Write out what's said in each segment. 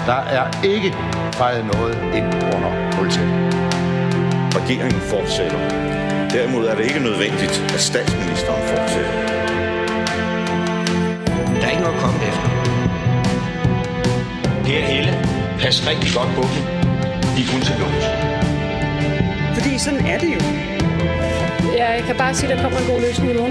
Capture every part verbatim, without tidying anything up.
Der er ikke fejret noget ind under politiet. Regeringen fortsætter. Derimod er det ikke nødvendigt, at statsministeren fortsætter. Der er ikke noget at komme efter. Per Helle, pas rigtig godt på dem. De er kun til lås. Fordi sådan er det jo. Ja, jeg kan bare sige, at der kommer en god løsning i morgen.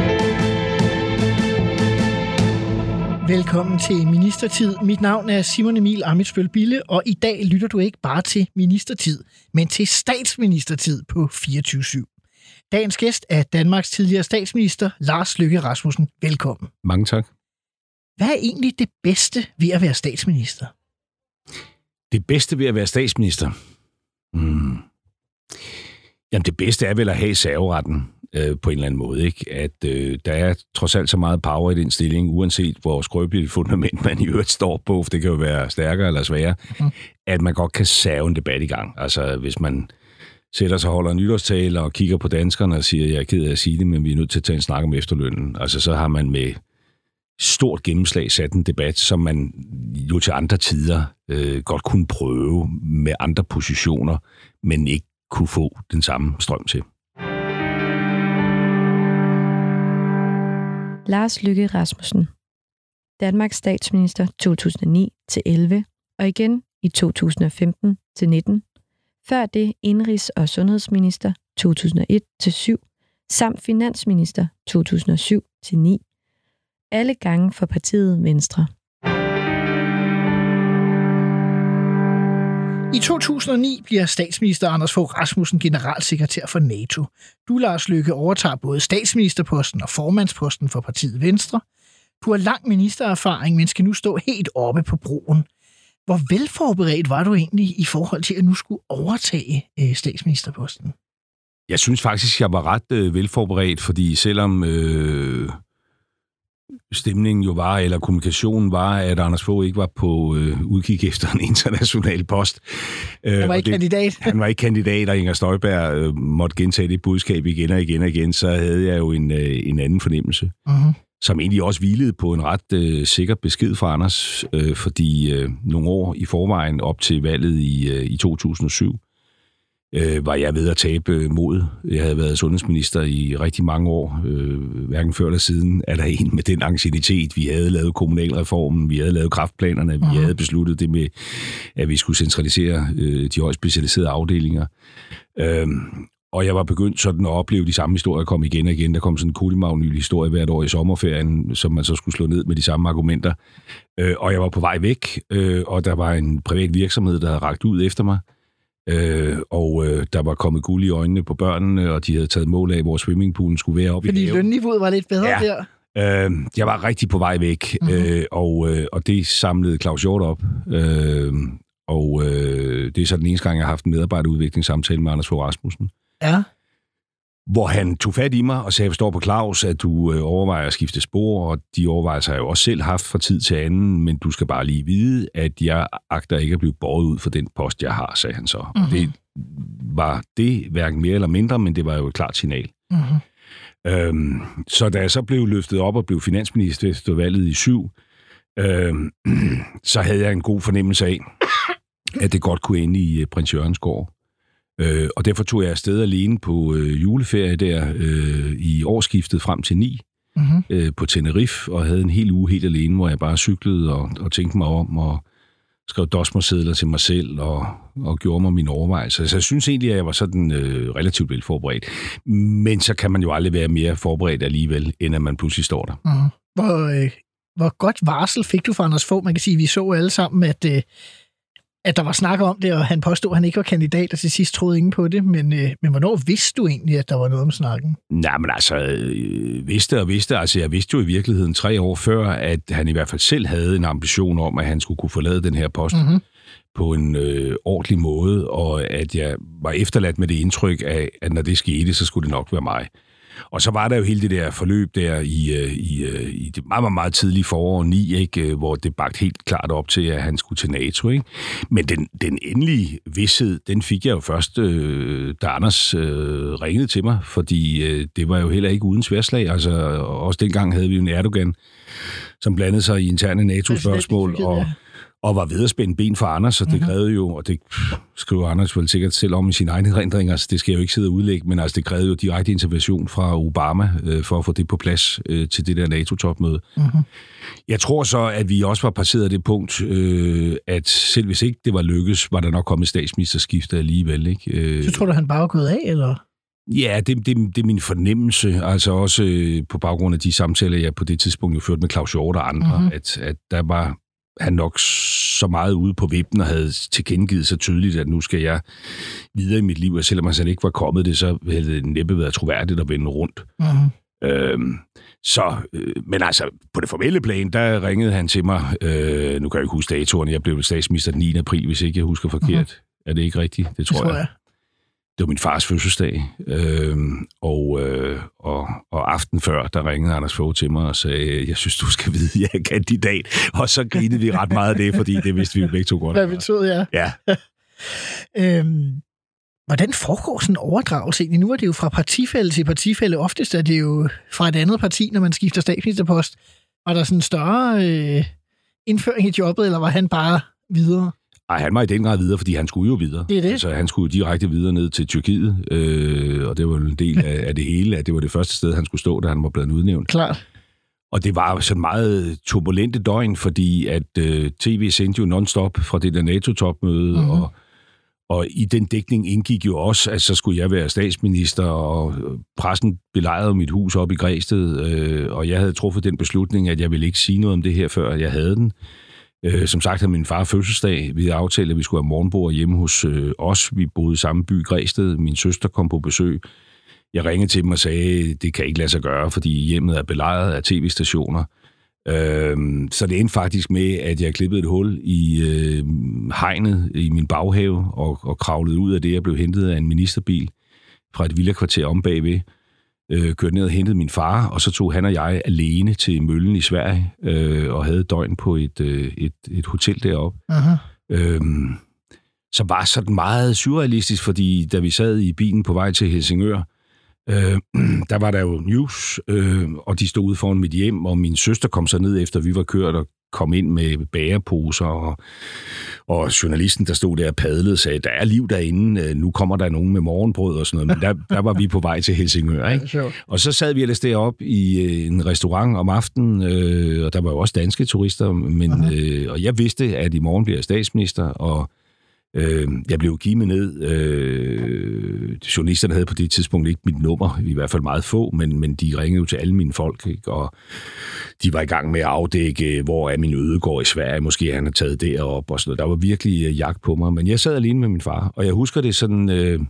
Velkommen til Ministertid. Mit navn er Simon Emil Ammitzbøll-Bille, og i dag lytter du ikke bare til Ministertid, men til Statsministertid på fireogtyve syv. Dagens gæst er Danmarks tidligere statsminister, Lars Løkke Rasmussen. Velkommen. Mange tak. Hvad er egentlig det bedste ved at være statsminister? Det bedste ved at være statsminister? Hmm. Jamen det bedste er vel at have serveretten øh, på en eller anden måde, ikke? At øh, der er trods alt så meget power i den stilling, uanset hvor skrøbeligt fundament man i øvrigt står på, for det kan jo være stærkere eller sværere, mm. at man godt kan serve en debat i gang. Altså hvis man sætter sig og holder en nytårstale og kigger på danskerne og siger, jeg er ked af at sige det, men vi er nødt til at tage en snak om efterlønnen. Altså så har man med stort gennemslag sat en debat, som man jo til andre tider øh, godt kunne prøve med andre positioner, men ikke kunne få den samme strøm til. Lars Løkke Rasmussen, Danmarks statsminister to tusind og ni til elleve og igen i to tusind og femten til nitten. Før det indenrigs- og sundhedsminister to tusind og et til syv samt finansminister to tusind og syv til ni. Alle gange for partiet Venstre. I to tusind og ni bliver statsminister Anders Fogh Rasmussen generalsekretær for NATO. Du, Lars Løkke, overtager både statsministerposten og formandsposten for partiet Venstre. Du har lang ministererfaring, men skal nu stå helt oppe på broen. Hvor velforberedt var du egentlig i forhold til at nu skulle overtage øh, statsministerposten? Jeg synes faktisk, jeg var ret øh, velforberedt, fordi selvom øh, stemningen jo var, eller kommunikationen var, at Anders Fogh ikke var på øh, udkig efter en international post. Han var ikke det, kandidat. Han var ikke kandidat, og Inger Støjberg øh, måtte gentage det budskab igen og igen og igen, så havde jeg jo en, øh, en anden fornemmelse, uh-huh. som egentlig også hvilede på en ret øh, sikker besked fra Anders, øh, fordi øh, nogle år i forvejen op til valget i, øh, i to tusind og syv, øh, var jeg ved at tabe mod. Jeg havde været sundhedsminister i rigtig mange år, øh, hverken før eller siden, er der en med den anciennitet. Vi havde lavet kommunalreformen, vi havde lavet kræftplanerne, vi uh-huh. havde besluttet det med, at vi skulle centralisere øh, de højt specialiserede afdelinger. Øh, Og jeg var begyndt sådan at opleve de samme historier komme igen og igen. Der kom sådan en kulimagnylig historie hvert år i sommerferien, som man så skulle slå ned med de samme argumenter. Øh, og jeg var på vej væk, øh, og der var en privat virksomhed, der havde rakt ud efter mig. Øh, og øh, der var kommet guld i øjnene på børnene, og de havde taget mål af, hvor swimmingpoolen skulle være oppe i haven. Fordi lønniveauet var lidt bedre ja. der? Øh, jeg var rigtig på vej væk, mm-hmm. øh, og, øh, og det samlede Claus Hjort op. Øh, og øh, det er så den eneste gang, jeg har haft en medarbejderudviklingssamtale med Anders Fogh Rasmussen. Ja. Hvor han tog fat i mig og sagde, jeg forstår på Claus, at du øh, overvejer at skifte spor, og de overvejelser har jeg jo også selv haft fra tid til anden, men du skal bare lige vide, at jeg agter ikke at blive båret ud for den post, jeg har, sagde han så. Mm-hmm. Det var det hverken mere eller mindre, men det var jo et klart signal. Mm-hmm. Øhm, så da jeg så blev løftet op og blev finansminister efter valget i syv, øhm, så havde jeg en god fornemmelse af, at det godt kunne ende i uh, Prins Jørgens gård. Øh, og derfor tog jeg afsted alene på øh, juleferie der øh, i årsskiftet frem til ni mm-hmm. øh, på Tenerife, og havde en hel uge helt alene, hvor jeg bare cyklede og, og tænkte mig om, og skrev dosmersedler til mig selv, og, og gjorde mig mine overvejelser. Så jeg synes egentlig, at jeg var sådan øh, relativt velforberedt. Men så kan man jo aldrig være mere forberedt alligevel, end at man pludselig står der. Mm-hmm. Hvor, øh, hvor godt varsel fik du fra Anders Fogh? Man kan sige, at vi så alle sammen, at øh at der var snak om det, og han påstod, at han ikke var kandidat, og til sidst troede ingen på det. Men, øh, men hvornår vidste du egentlig, at der var noget om snakken? Nej, men altså, øh, vidste og vidste. Altså, jeg vidste jo i virkeligheden tre år før, at han i hvert fald selv havde en ambition om, at han skulle kunne forlade den her post mm-hmm. på en øh, ordentlig måde, og at jeg var efterladt med det indtryk af, at når det skete, så skulle det nok være mig. Og så var der jo hele det der forløb der i, i, i det meget, meget, meget tidlige forår ni, ikke, hvor det bagte helt klart op til, at han skulle til NATO. Ikke? Men den, den endelige vished, den fik jeg jo først, da Anders øh, ringede til mig, fordi øh, det var jo heller ikke uden sværslag. Altså, også dengang havde vi jo en Erdogan, som blandede sig i interne NATO-spørgsmål, og, og var ved at spænde ben for Anders, så det mm-hmm. krævede jo, og det skriver Anders vel sikkert selv om i sine egne erindringer, altså det skal jeg jo ikke sidde og udlægge, men altså det krævede jo direkte intervention fra Obama øh, for at få det på plads øh, til det der NATO-topmøde. Mm-hmm. Jeg tror så, at vi også var passeret det punkt, øh, at selv hvis ikke det var lykkes, var der nok kommet statsministerskifte alligevel. Ikke? Øh, så tror du, han bare var gået af, eller? Ja, det, det, det er min fornemmelse, altså også øh, på baggrund af de samtaler, jeg på det tidspunkt jo førte med Claus Hjort og andre, mm-hmm. at, at der var han nok så meget ude på vippen og havde tilkendegivet så tydeligt, at nu skal jeg videre i mit liv, og selvom han ikke var kommet det, så havde det næppe været troværdigt at vende rundt. Mm-hmm. Øhm, så, øh, men altså, på det formelle plan, der ringede han til mig, øh, nu kan jeg ikke huske datoren, jeg blev statsminister den niende april, hvis ikke jeg husker forkert. Mm-hmm. Er det ikke rigtigt? Det tror, det tror jeg. jeg. Det var min fars fødselsdag, øh, og, øh, og, og aften før, der ringede Anders Fogh til mig og sagde, jeg synes, du skal vide, at jeg er kandidat. Og så grinede vi ret meget af det, fordi det vidste vi jo begge to godt. Hvad betød, ja. Ja. øhm, hvordan foregår sådan en overdragelse egentlig? Nu er det jo fra partifælde til partifælde. Oftest er det jo fra et andet parti, når man skifter statsministerpost. Var der sådan en større øh, indføring i jobbet, eller var han bare videre? Nej, han var i den grad videre, fordi han skulle jo videre. Det er det. Altså, han skulle direkte videre ned til Tyrkiet, øh, og det var en del af, af det hele, at det var det første sted, han skulle stå, da han var blevet udnævnt. Klart. Og det var sådan meget turbulente døgn, fordi at øh, tv sendte jo non-stop fra det der NATO-topmøde, mm-hmm. og, og i den dækning indgik jo også, at så skulle jeg være statsminister, og pressen belejrede mit hus op i Græsted, øh, og jeg havde truffet den beslutning, at jeg ville ikke sige noget om det her, før jeg havde den. Øh, som sagt havde min far fødselsdag. Vi havde aftalt, at vi skulle have morgenbord hjemme hos øh, os. Vi boede i samme by, Græsted. Min søster kom på besøg. Jeg ringede til dem og sagde, det kan ikke lade sig gøre, fordi hjemmet er belejret af tv-stationer. Øh, så det endte faktisk med, at jeg klippede et hul i øh, hegnet i min baghave og, og kravlede ud af det. Jeg blev hentet af en ministerbil fra et villakvarter om bagved. Øh, kørte ned og hentede min far, og så tog han og jeg alene til Møllen i Sverige, øh, og havde døgn på et, øh, et, et hotel deroppe. Øhm, som var sådan meget surrealistisk, fordi da vi sad i bilen på vej til Helsingør, øh, der var der jo news, øh, og de stod ude foran mit hjem, og min søster kom så ned efter, vi var kørt, og kom ind med bagerposer, og, og journalisten, der stod der og padlede, sagde, der er liv derinde, nu kommer der nogen med morgenbrød og sådan noget, men der, der var vi på vej til Helsingør, ikke? Og så sad vi ellers deroppe i en restaurant om aftenen, øh, og der var jo også danske turister, men, øh, og jeg vidste, at i morgen bliver jeg statsminister, og Øh, jeg blev givet ned. Øh, journalisterne havde på det tidspunkt ikke mit nummer, i hvert fald meget få, men, men de ringede jo til alle mine folk, ikke? Og de var i gang med at afdække, hvor er min Ødegård i Sverige, måske han har taget derop og sådan noget. Der var virkelig øh, jagt på mig, men jeg sad alene med min far, og jeg husker det sådan øh,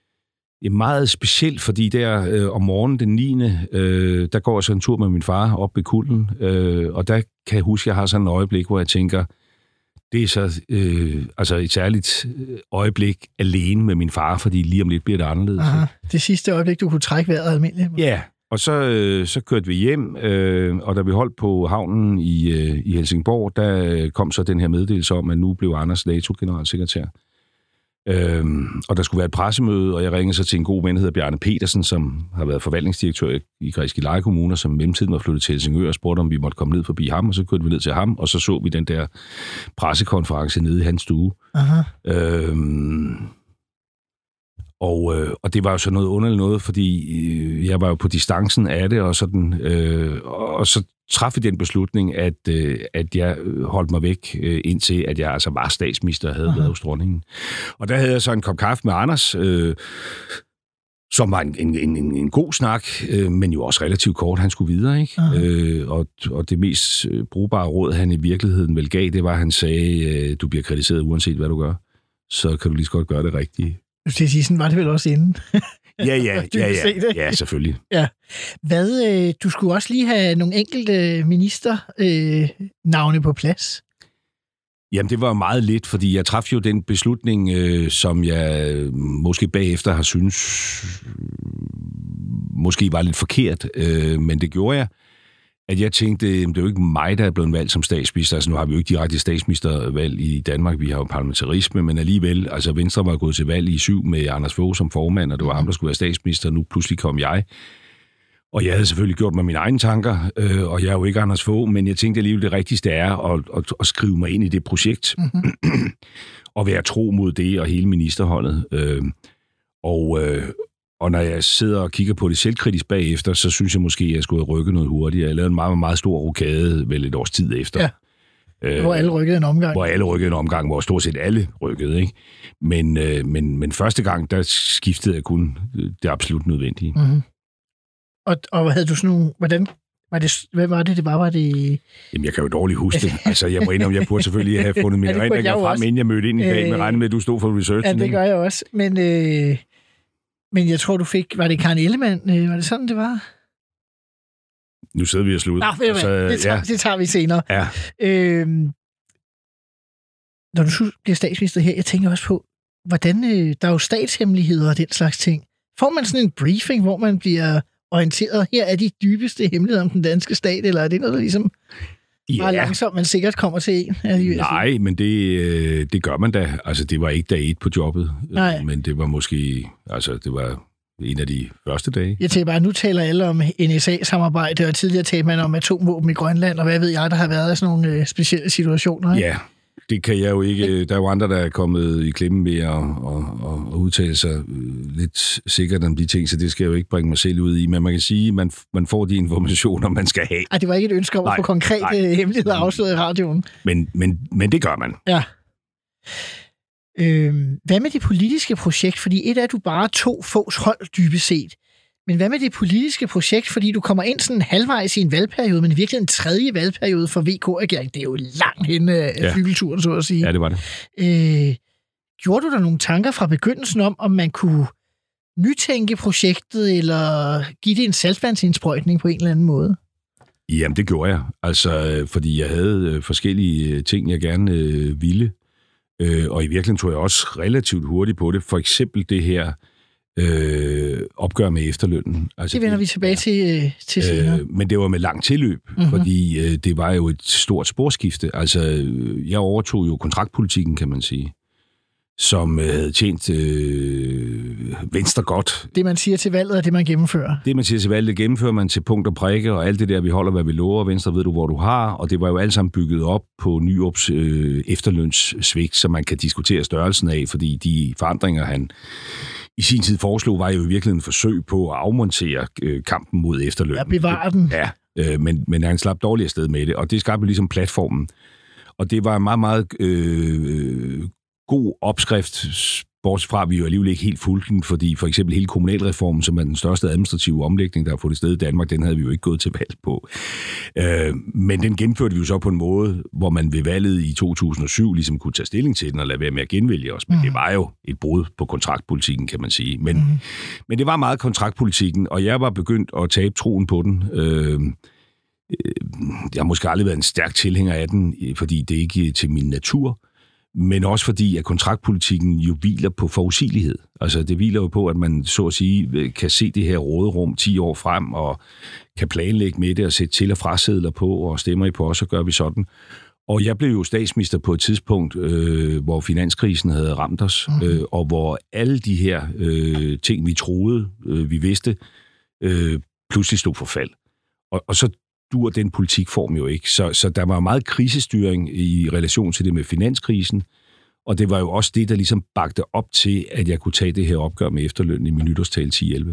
meget specielt, fordi der øh, om morgenen den niende Øh, der går jeg så en tur med min far op ved Kulden, øh, og der kan jeg huske, at jeg har sådan et øjeblik, hvor jeg tænker, det er så øh, altså et særligt øjeblik alene med min far, fordi lige om lidt bliver det anderledes. Aha, det sidste øjeblik, du kunne trække vejret almindeligt. Ja, og så, øh, så kørte vi hjem, øh, og da vi holdt på havnen i, øh, i Helsingborg, der kom så den her meddelelse om, at nu blev Anders NATO-generalsekretær. Øhm, og der skulle være et pressemøde, og jeg ringede så til en god ven, der hedder Bjarne Petersen, som har været forvaltningsdirektør i Græskeleje Kommune, som i mellemtiden var flyttet til Helsingør og spurgte, om vi måtte komme ned forbi ham, og så kørte vi ned til ham, og så så vi den der pressekonference nede i hans stue. Aha. Øhm, og, øh, og det var jo så noget underligt noget, fordi øh, jeg var jo på distancen af det, og sådan, øh, og så traf vi den beslutning, at, øh, at jeg holdt mig væk, øh, indtil at jeg altså var statsminister og havde Aha. været hos dronningen. Og der havde jeg så en kop kaffe med Anders, øh, som var en, en, en, en god snak, øh, men jo også relativt kort. Han skulle videre, ikke? Øh, og, og det mest brugbare råd, han i virkeligheden vel gav, det var, at han sagde, øh, du bliver kritiseret uanset hvad du gør, så kan du lige så godt gøre det rigtige. Du skal sige, sådan var det vel også inden. Ja, ja, ja, ja, ja, selvfølgelig. Ja. Hvad, øh, du skulle også lige have nogle enkelte ministernavne øh, på plads. Jamen, det var meget lidt, fordi jeg traf jo den beslutning, øh, som jeg måske bagefter har synes måske var lidt forkert, øh, men det gjorde jeg, at jeg tænkte, det er jo ikke mig, der er blevet valgt som statsminister. Altså, nu har vi jo ikke direkte statsministervalg i Danmark. Vi har jo parlamentarisme, men alligevel, altså Venstre var gået til valg i syv med Anders Fogh som formand, og det var ham, der skulle være statsminister. Nu pludselig kom jeg. Og jeg havde selvfølgelig gjort mig mine egne tanker, øh, og jeg er jo ikke Anders Fogh, men jeg tænkte alligevel, det rigtigste er at, at, at skrive mig ind i det projekt, mm-hmm. og være tro mod det og hele ministerholdet. Øh, og, øh, og når jeg sidder og kigger på det selvkritisk bagefter, så synes jeg måske, at jeg skulle have rykket noget hurtigere. Jeg lavede en meget, meget stor rokade vel et års tid efter. Ja. Øh, hvor alle rykkede en omgang. Hvor alle rykkede en omgang, hvor stort set alle rykkede, ikke? Men, øh, men, men første gang, der skiftede jeg kun det absolut nødvendige. Mm-hmm. Og, og havde du sådan nogle, hvordan, var det, hvad var det, det var, var det... Jamen, jeg kan jo dårligt huske det. Altså, jeg må indrømme, jeg burde selvfølgelig have fundet mine ja, erindringer frem, også. Inden jeg mødte ind i dag, øh, med regnet med, at du stod for researchen. Ja, det gør jeg også. Men, øh, men jeg tror, du fik, var det Karen Ellemann? Øh, var det sådan, det var? Nu sidder vi og slutter. Nå, ved du hvad, det, tager, ja. det tager vi senere. Ja. Øh, når du bliver statsminister her, jeg tænker også på, hvordan, øh, der er jo statshemmeligheder og den slags ting. Får man sådan en briefing, hvor man bliver orienteret, her er de dybeste hemmeligheder om den danske stat, eller er det noget, der ligesom ja. bare langsomt, man sikkert kommer til en? Nej, men det, det gør man da. Altså, det var ikke dag et på jobbet, Nej. men det var måske, altså, det var en af de første dage. Jeg tænker bare, nu taler alle om N S A-samarbejde, og tidligere talte man om atomvåben i Grønland, og hvad ved jeg, der har været sådan nogle øh, specielle situationer. Ikke? Ja, det kan jeg jo ikke. Der er jo andre, der er kommet i klemme med at, at, at udtale sig lidt sikkert om de ting, så det skal jeg jo ikke bringe mig selv ud i. Men man kan sige, at man, man får de informationer, man skal have. Ej, det var ikke et ønske om nej, at få konkrete nej. hemmeligheder afsløret i radioen. Men, men, men det gør man. Ja. Øh, hvad med det politiske projekt? Fordi et er, du bare to fås hold dybest set. Men hvad med det politiske projekt? Fordi du kommer ind sådan halvvejs i en valgperiode, men i virkeligheden en tredje valgperiode for V K-regeringen. Det er jo langt hen af ja. flygelturen, så at sige. Ja, det var det. Øh, gjorde du der nogle tanker fra begyndelsen om, om man kunne nytænke projektet, eller give det en saltvandsindsprøjtning på en eller anden måde? Jamen, det gjorde jeg. Altså, fordi jeg havde forskellige ting, jeg gerne øh, ville. Øh, og i virkeligheden tog jeg også relativt hurtigt på det. For eksempel det her øh, opgør med efterlønnen. Altså, det vender det, vi tilbage ja, til, til senere. Øh, men det var med lang tilløb, mm-hmm. fordi øh, det var jo et stort sporskifte. Altså, jeg overtog jo kontraktpolitikken, kan man sige, som øh, havde tjent øh, Venstre godt. Det, man siger til valget, er det, man gennemfører. Det, man siger til valget, gennemfører man til punkt og prikke, og alt det der, vi holder, hvad vi lover. Venstre ved du, hvor du har, og det var jo alt sammen bygget op på Nyrups øh, efterlønssvigt, som man kan diskutere størrelsen af, fordi de forandringer, han i sin tid foreslog, var jo i virkeligheden en forsøg på at afmontere øh, kampen mod efterlønnen. Ja, bevare den. Ja, øh, men, men han slap dårligt afsted med det, og det skabte ligesom platformen. Og det var en meget, meget øh, god opskrift, bortset fra, at vi jo alligevel ikke helt fulgte den, fordi for eksempel hele kommunalreformen, som er den største administrative omlægning, der har fået det sted i Danmark, den havde vi jo ikke gået til valg på. Øh, men den gennemførte vi jo så på en måde, hvor man ved valget i to tusind og syv ligesom kunne tage stilling til den og lade være med at genvælge os. Men mm. det var jo et brud på kontraktpolitikken, kan man sige. Men, mm. men det var meget kontraktpolitikken, og jeg var begyndt at tabe troen på den. Øh, jeg har måske aldrig været en stærk tilhænger af den, fordi det ikke er til min natur. Men også fordi, at kontraktpolitikken jo hviler på forudsigelighed. Altså, det hviler jo på, at man så at sige kan se det her råderum ti år frem, og kan planlægge med det, og sætte til- og frasedler på, og stemmer I på os, så gør vi sådan. Og jeg blev jo statsminister på et tidspunkt, øh, hvor finanskrisen havde ramt os, mm. øh, og hvor alle de her øh, ting, vi troede, øh, vi vidste, øh, pludselig stod for fald. Og, og så dur den politikform jo ikke. Så, så der var meget krisestyring i relation til det med finanskrisen, og det var jo også det, der ligesom bagte op til, at jeg kunne tage det her opgør med efterlønnen i min nytårstale ti elleve.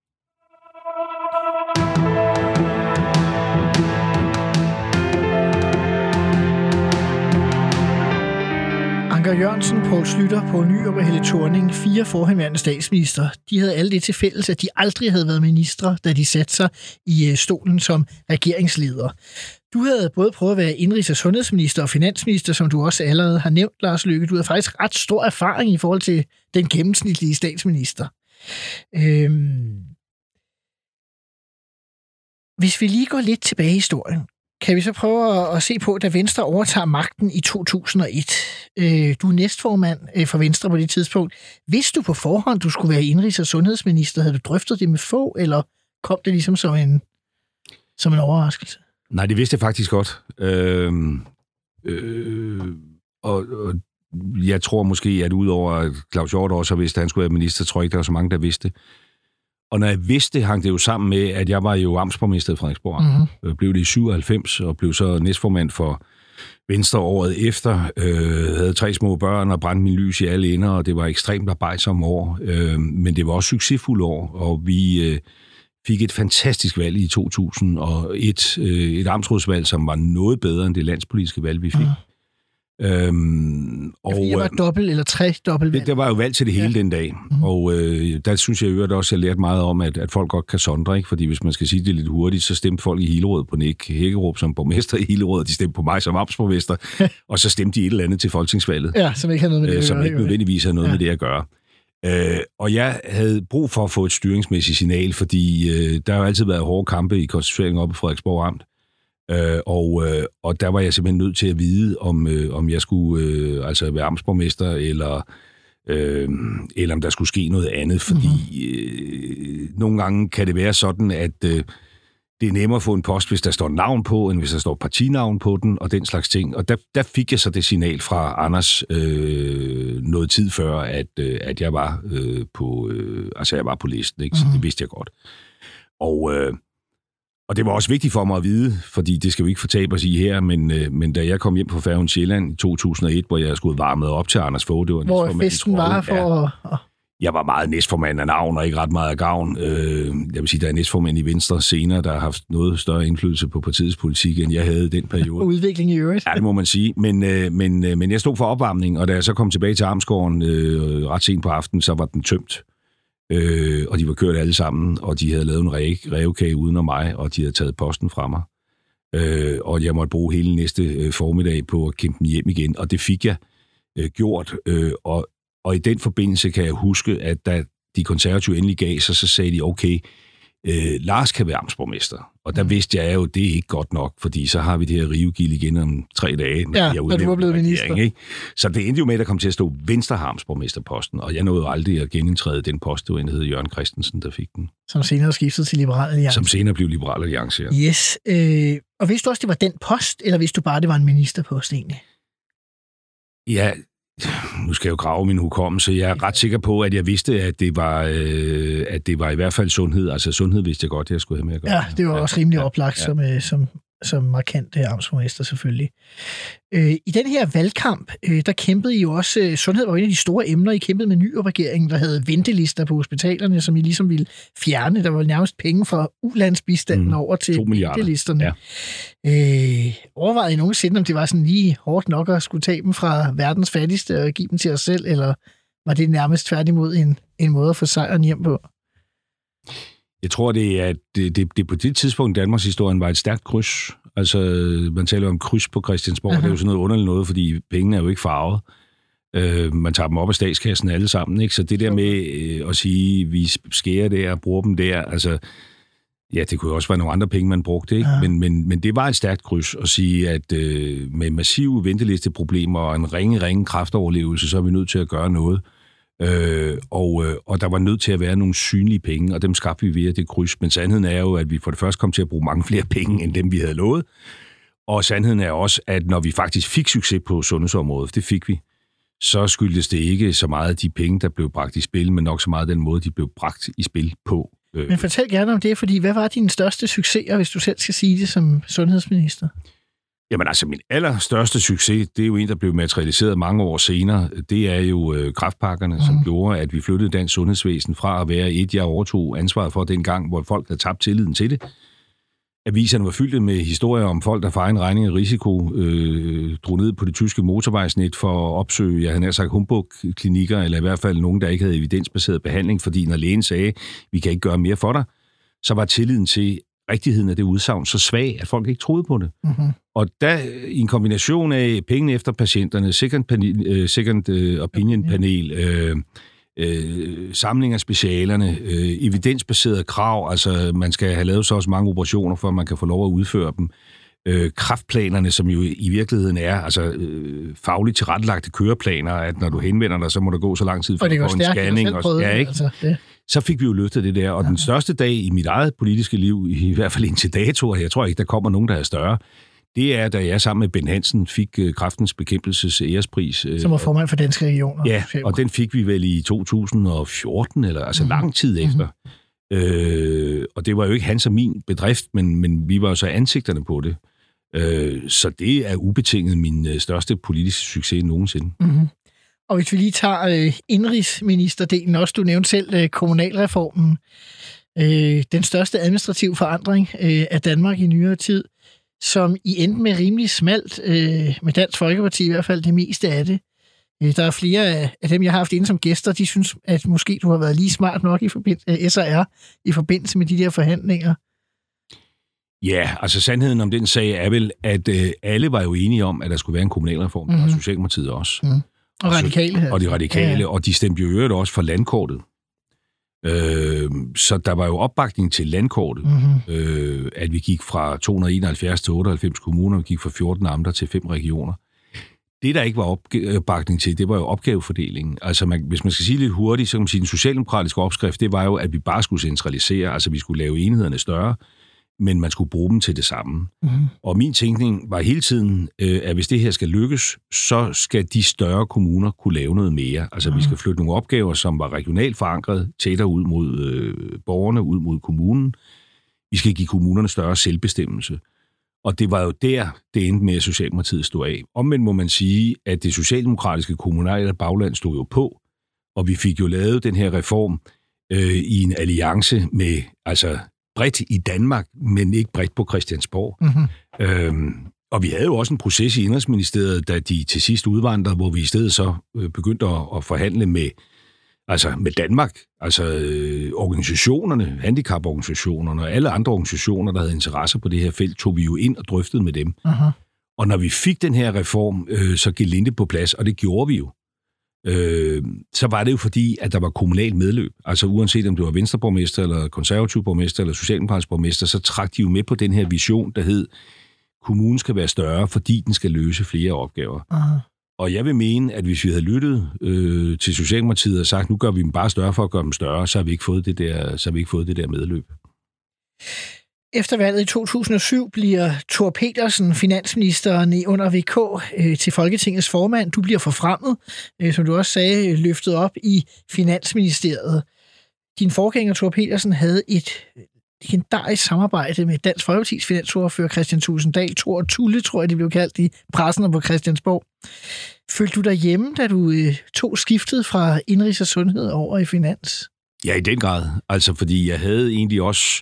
Anker Jørgensen, Poul Schlüter, Poul Nyrup og Helle Thorning, fire forhenværende statsminister, de havde alle det til fælles, at de aldrig havde været ministre, da de satte sig i stolen som regeringsleder. Du havde både prøvet at være indrigs- og sundhedsminister og finansminister, som du også allerede har nævnt, Lars Løkke. Du havde faktisk ret stor erfaring i forhold til den gennemsnitlige statsminister. Øhm... Hvis vi lige går lidt tilbage i historien, kan vi så prøve at se på, da Venstre overtager magten i to tusind og et. Du er næstformand for Venstre på det tidspunkt. Vidste du på forhånd, du skulle være indrigs- og sundhedsminister? Havde du drøftet det med få, eller kom det ligesom som en, som en overraskelse? Nej, det vidste jeg faktisk godt. Øh, øh, og, og jeg tror måske, at udover at Claus Hjort også har vidst, at han skulle være minister, tror jeg ikke, der var så mange, der vidste. Og når jeg vidste det, hang det jo sammen med, at jeg var jo amtsborgmester i Frederiksborg. Mm-hmm. Jeg blev det i syvoghalvfems, og blev så næstformand for Venstre året efter. Øh, havde tre små børn og brændte min lys i alle ender, og det var ekstremt arbejdsomme år. Øh, men det var også succesfulde år, og vi øh, fik et fantastisk valg i to tusind og et. Øh, et amtsrådsvalg, som var noget bedre end det landspolitiske valg, vi fik. Mm. Øhm, og, ja, jeg var dobbelt eller tre dobbelt valg. Det, der var jo valg til det hele ja. den dag, mm-hmm. og øh, der synes jeg jo også, at jeg lærte meget om, at, at folk godt kan sondre, ikke? Fordi hvis man skal sige det lidt hurtigt, så stemte folk i Hillerød på Nick Hækkerup som borgmester i Hillerød, og de stemte på mig som amtsborgmester, og så stemte de et eller andet til folketingsvalget. Ja, som ikke havde noget med det øh, at Som gøre, ikke nødvendigvis havde noget ja. med det at gøre. Øh, og jeg havde brug for at få et styringsmæssigt signal, fordi øh, der har jo altid været hårde kampe i konstitueringen oppe i Frederiksborg Amt. Øh, og, øh, og der var jeg simpelthen nødt til at vide, om, øh, om jeg skulle øh, altså være amtsborgmester, eller, øh, eller om der skulle ske noget andet. Fordi mm-hmm. øh, nogle gange kan det være sådan, at øh, det er nemmere at få en post, hvis der står navn på, end hvis der står partinavn på den, og den slags ting. Og der, der fik jeg så det signal fra Anders øh, noget tid før, at, øh, at jeg var øh, på øh, altså jeg var på listen, ikke? Så mm-hmm. det vidste jeg godt. Og øh, Og det var også vigtigt for mig at vide, fordi det skal vi ikke fortabe os i her, men, øh, men da jeg kom hjem på Færgen Sjælland i to tusind og et, hvor jeg skulle varmet op til Anders Fogh, det var hvor festen var for... Ja, jeg var meget næstformand af navn, og ikke ret meget af gavn. Øh, jeg vil sige, der er næstformand i Venstre senere, der har haft noget større indflydelse på partiets politik, end jeg havde i den periode. Og udvikling i øvrigt. Ja, det må man sige. Men, øh, men, øh, men jeg stod for opvarmning, og da jeg så kom tilbage til Amtsgården øh, ret sent på aftenen, så var den tømt. Øh, og de var kørt alle sammen, og de havde lavet en rævekage uden om mig, og de havde taget posten fra mig. Øh, og jeg måtte bruge hele næste øh, formiddag på at kæmpe den hjem igen, og det fik jeg øh, gjort. Øh, og, og i den forbindelse kan jeg huske, at da de konservative endelig gav sig, så sagde de, okay, øh, Lars kan være amtsborgmester. Og der mm. vidste jeg jo, at det er ikke godt nok, fordi så har vi det her rivegilde igen om tre dage. Når ja, når du var blevet minister. Ikke? Så det endte jo med, at der kom til at stå Venstre amtsborgmesterposten, og jeg nåede aldrig at genindtræde den post, det var en, der hed Jørgen Christensen, der fik den. Som senere skiftede til Liberal Alliance. Som senere blev Liberal Alliance, ja. Yes. Øh, og vidste du også, det var den post, eller vidste du bare, det var en ministerpost egentlig? Ja, nu skal jeg jo grave min hukommelse. Jeg er ret sikker på, at jeg vidste, at det var, øh, at det var i hvert fald sundhed. Altså sundhed vidste jeg godt, at jeg skulle have med at gøre. Ja, det var ja, også rimelig ja, oplagt ja. som, øh, som, som markant amtsborgmester selvfølgelig. Øh, I den her valgkamp, øh, der kæmpede I jo også, øh, sundhed var en af de store emner, I kæmpede med Nyrup-regeringen, der havde ventelister på hospitalerne, som I ligesom ville fjerne. Der var nærmest penge fra ulandsbistanden mm, over til ventelisterne. Ja. Øh, overvejede I nogensinde, om det var sådan lige hårdt nok at skulle tage dem fra verdens fattigste og give dem til os selv, eller var det nærmest tværtimod en, en måde at få sejren hjem på? Jeg tror, det er, det, det, det på det tidspunkt i Danmarks historien var et stærkt kryds. Altså, man taler om kryds på Christiansborg, uh-huh. Det er jo sådan noget underligt noget, fordi pengene er jo ikke farvet. Uh, man tager dem op af statskassen alle sammen, ikke? Så det der med uh, at sige, vi skærer der og bruger dem der, altså, ja, det kunne jo også være nogle andre penge, man brugte, ikke? Uh-huh. Men, men, men det var et stærkt kryds at sige, at uh, med massive ventelisteproblemer og en ringe, ringe kraftoverlevelse, så er vi nødt til at gøre noget. Øh, og, øh, og der var nødt til at være nogle synlige penge, og dem skabte vi via det kryds. Men sandheden er jo, at vi for det første kom til at bruge mange flere penge, end dem vi havde lovet. Og sandheden er også, at når vi faktisk fik succes på sundhedsområdet, det fik vi, så skyldtes det ikke så meget af de penge, der blev bragt i spil, men nok så meget den måde, de blev bragt i spil på. Men fortæl gerne om det, fordi hvad var dine største succeser, hvis du selv skal sige det som sundhedsminister? Jamen altså, min allerstørste succes, det er jo en, der blev materialiseret mange år senere. Det er jo øh, kræftpakkerne, mm. som gjorde, at vi flyttede dansk sundhedsvæsen fra at være et, jeg overtog ansvaret for dengang, hvor folk havde tabt tilliden til det. Aviserne var fyldt med historier om folk, der for egen regning og risiko øh, drog ned på det tyske motorvejsnet for at opsøge, jeg havde nær sagt Humbug-klinikker, eller i hvert fald nogen, der ikke havde evidensbaseret behandling, fordi når lægen sagde, vi kan ikke gøre mere for dig, så var tilliden til rigtigheden af det udsagn så svag, at folk ikke troede på det. Mm-hmm. Og der i en kombination af pengene efter patienterne, second, panel, uh, second uh, opinion panel, uh, uh, samling af specialerne, uh, evidensbaserede krav, altså man skal have lavet så også mange operationer, for at man kan få lov at udføre dem. Uh, kræftplanerne, som jo i virkeligheden er altså uh, fagligt tilrettelagte køreplaner, at når du henvender dig, så må der gå så lang tid for at få en scanning. Og, og, ja, ikke? Altså, det. Så fik vi jo løftet det der, og ja. Den største dag i mit eget politiske liv, i hvert fald indtil dato, og jeg tror ikke, der kommer nogen, der er større, det er, da jeg sammen med Ben Hansen fik uh, Kræftens Bekæmpelses ærespris. Som var formand for Danske Regioner. Ja, og den fik vi vel i to tusind og fjorten, eller altså mm-hmm. lang tid efter. Øh, og det var jo ikke hans og min bedrift, men, men vi var jo så ansigterne på det. Øh, så det er ubetinget min øh, største politiske succes nogensinde. Mm-hmm. Og hvis vi lige tager øh, indrigsministerdelen også, du nævnte selv øh, kommunalreformen, øh, den største administrative forandring øh, af Danmark i nyere tid, som I endte med rimelig smalt, øh, med Dansk Folkeparti i hvert fald det meste af det. Øh, der er flere af, af dem, jeg har haft inde som gæster, de synes, at måske du har været lige smart nok i forbindelse, S R i forbindelse med de der forhandlinger. Ja, altså sandheden om den sag er vel, at øh, alle var jo enige om, at der skulle være en kommunalreform, mm-hmm. og Socialdemokratiet også. Mm. Og radikale. Og de radikale, ja, ja. Og de stemte jo øvrigt også for landkortet. Øh, så der var jo opbakning til landkortet, mm-hmm. øh, at vi gik fra to hundrede og enoghalvfjerds til otteoghalvfems kommuner, vi gik fra fjorten amter til fem regioner. Det, der ikke var opbakning til, det var jo opgavefordelingen. Altså, man, hvis man skal sige lidt hurtigt, så kan man sige, den socialdemokratiske opskrift, det var jo, at vi bare skulle centralisere, altså vi skulle lave enhederne større, men man skulle bruge dem til det samme. Mm-hmm. Og min tænkning var hele tiden, øh, at hvis det her skal lykkes, så skal de større kommuner kunne lave noget mere. Altså, mm-hmm. vi skal flytte nogle opgaver, som var regionalt forankret, tættere ud mod øh, borgerne, ud mod kommunen. Vi skal give kommunerne større selvbestemmelse. Og det var jo der, det endte med, at Socialdemokratiet stod af. Omvendt må man sige, at det socialdemokratiske kommunale bagland stod jo på, og vi fik jo lavet den her reform øh, i en alliance med, altså bredt i Danmark, men ikke bredt på Christiansborg. Mm-hmm. Øhm, og vi havde jo også en proces i Indrigsministeriet, da de til sidst udvandrede, hvor vi i stedet så øh, begyndte at, at forhandle med, altså med Danmark, altså øh, organisationerne, handicaporganisationerne og alle andre organisationer, der havde interesser på det her felt, tog vi jo ind og drøftede med dem. Uh-huh. Og når vi fik den her reform, øh, så gelinde på plads, og det gjorde vi jo, øh, så var det jo fordi, at der var kommunalt medløb. Altså uanset om det var venstreborgmester, eller konservativ borgmester, eller socialdemokratisk borgmester, så trak de jo med på den her vision, der hed, kommunen skal være større, fordi den skal løse flere opgaver. Uh-huh. Og jeg vil mene, at hvis vi havde lyttet øh, til Socialdemokratiet og sagt, nu gør vi dem bare større for at gøre dem større, så har vi ikke fået det der, så har vi ikke fået det der medløb. Efter valget i to tusind og syv bliver Thor Pedersen, finansministeren under V K, øh, til Folketingets formand. Du bliver forfremmet, øh, som du også sagde, løftet op i Finansministeriet. Din forgænger, Thor Pedersen, havde et legendarisk samarbejde med Dansk Folkepartis finansordfører Kristian Thulesen Dahl, Thor og Tulle, tror jeg, det blev kaldt i pressen og på Christiansborg. Følte du dig hjemme, da du øh, tog skiftet fra indrigs og sundhed over i finans? Ja, i den grad. Altså, fordi jeg havde egentlig også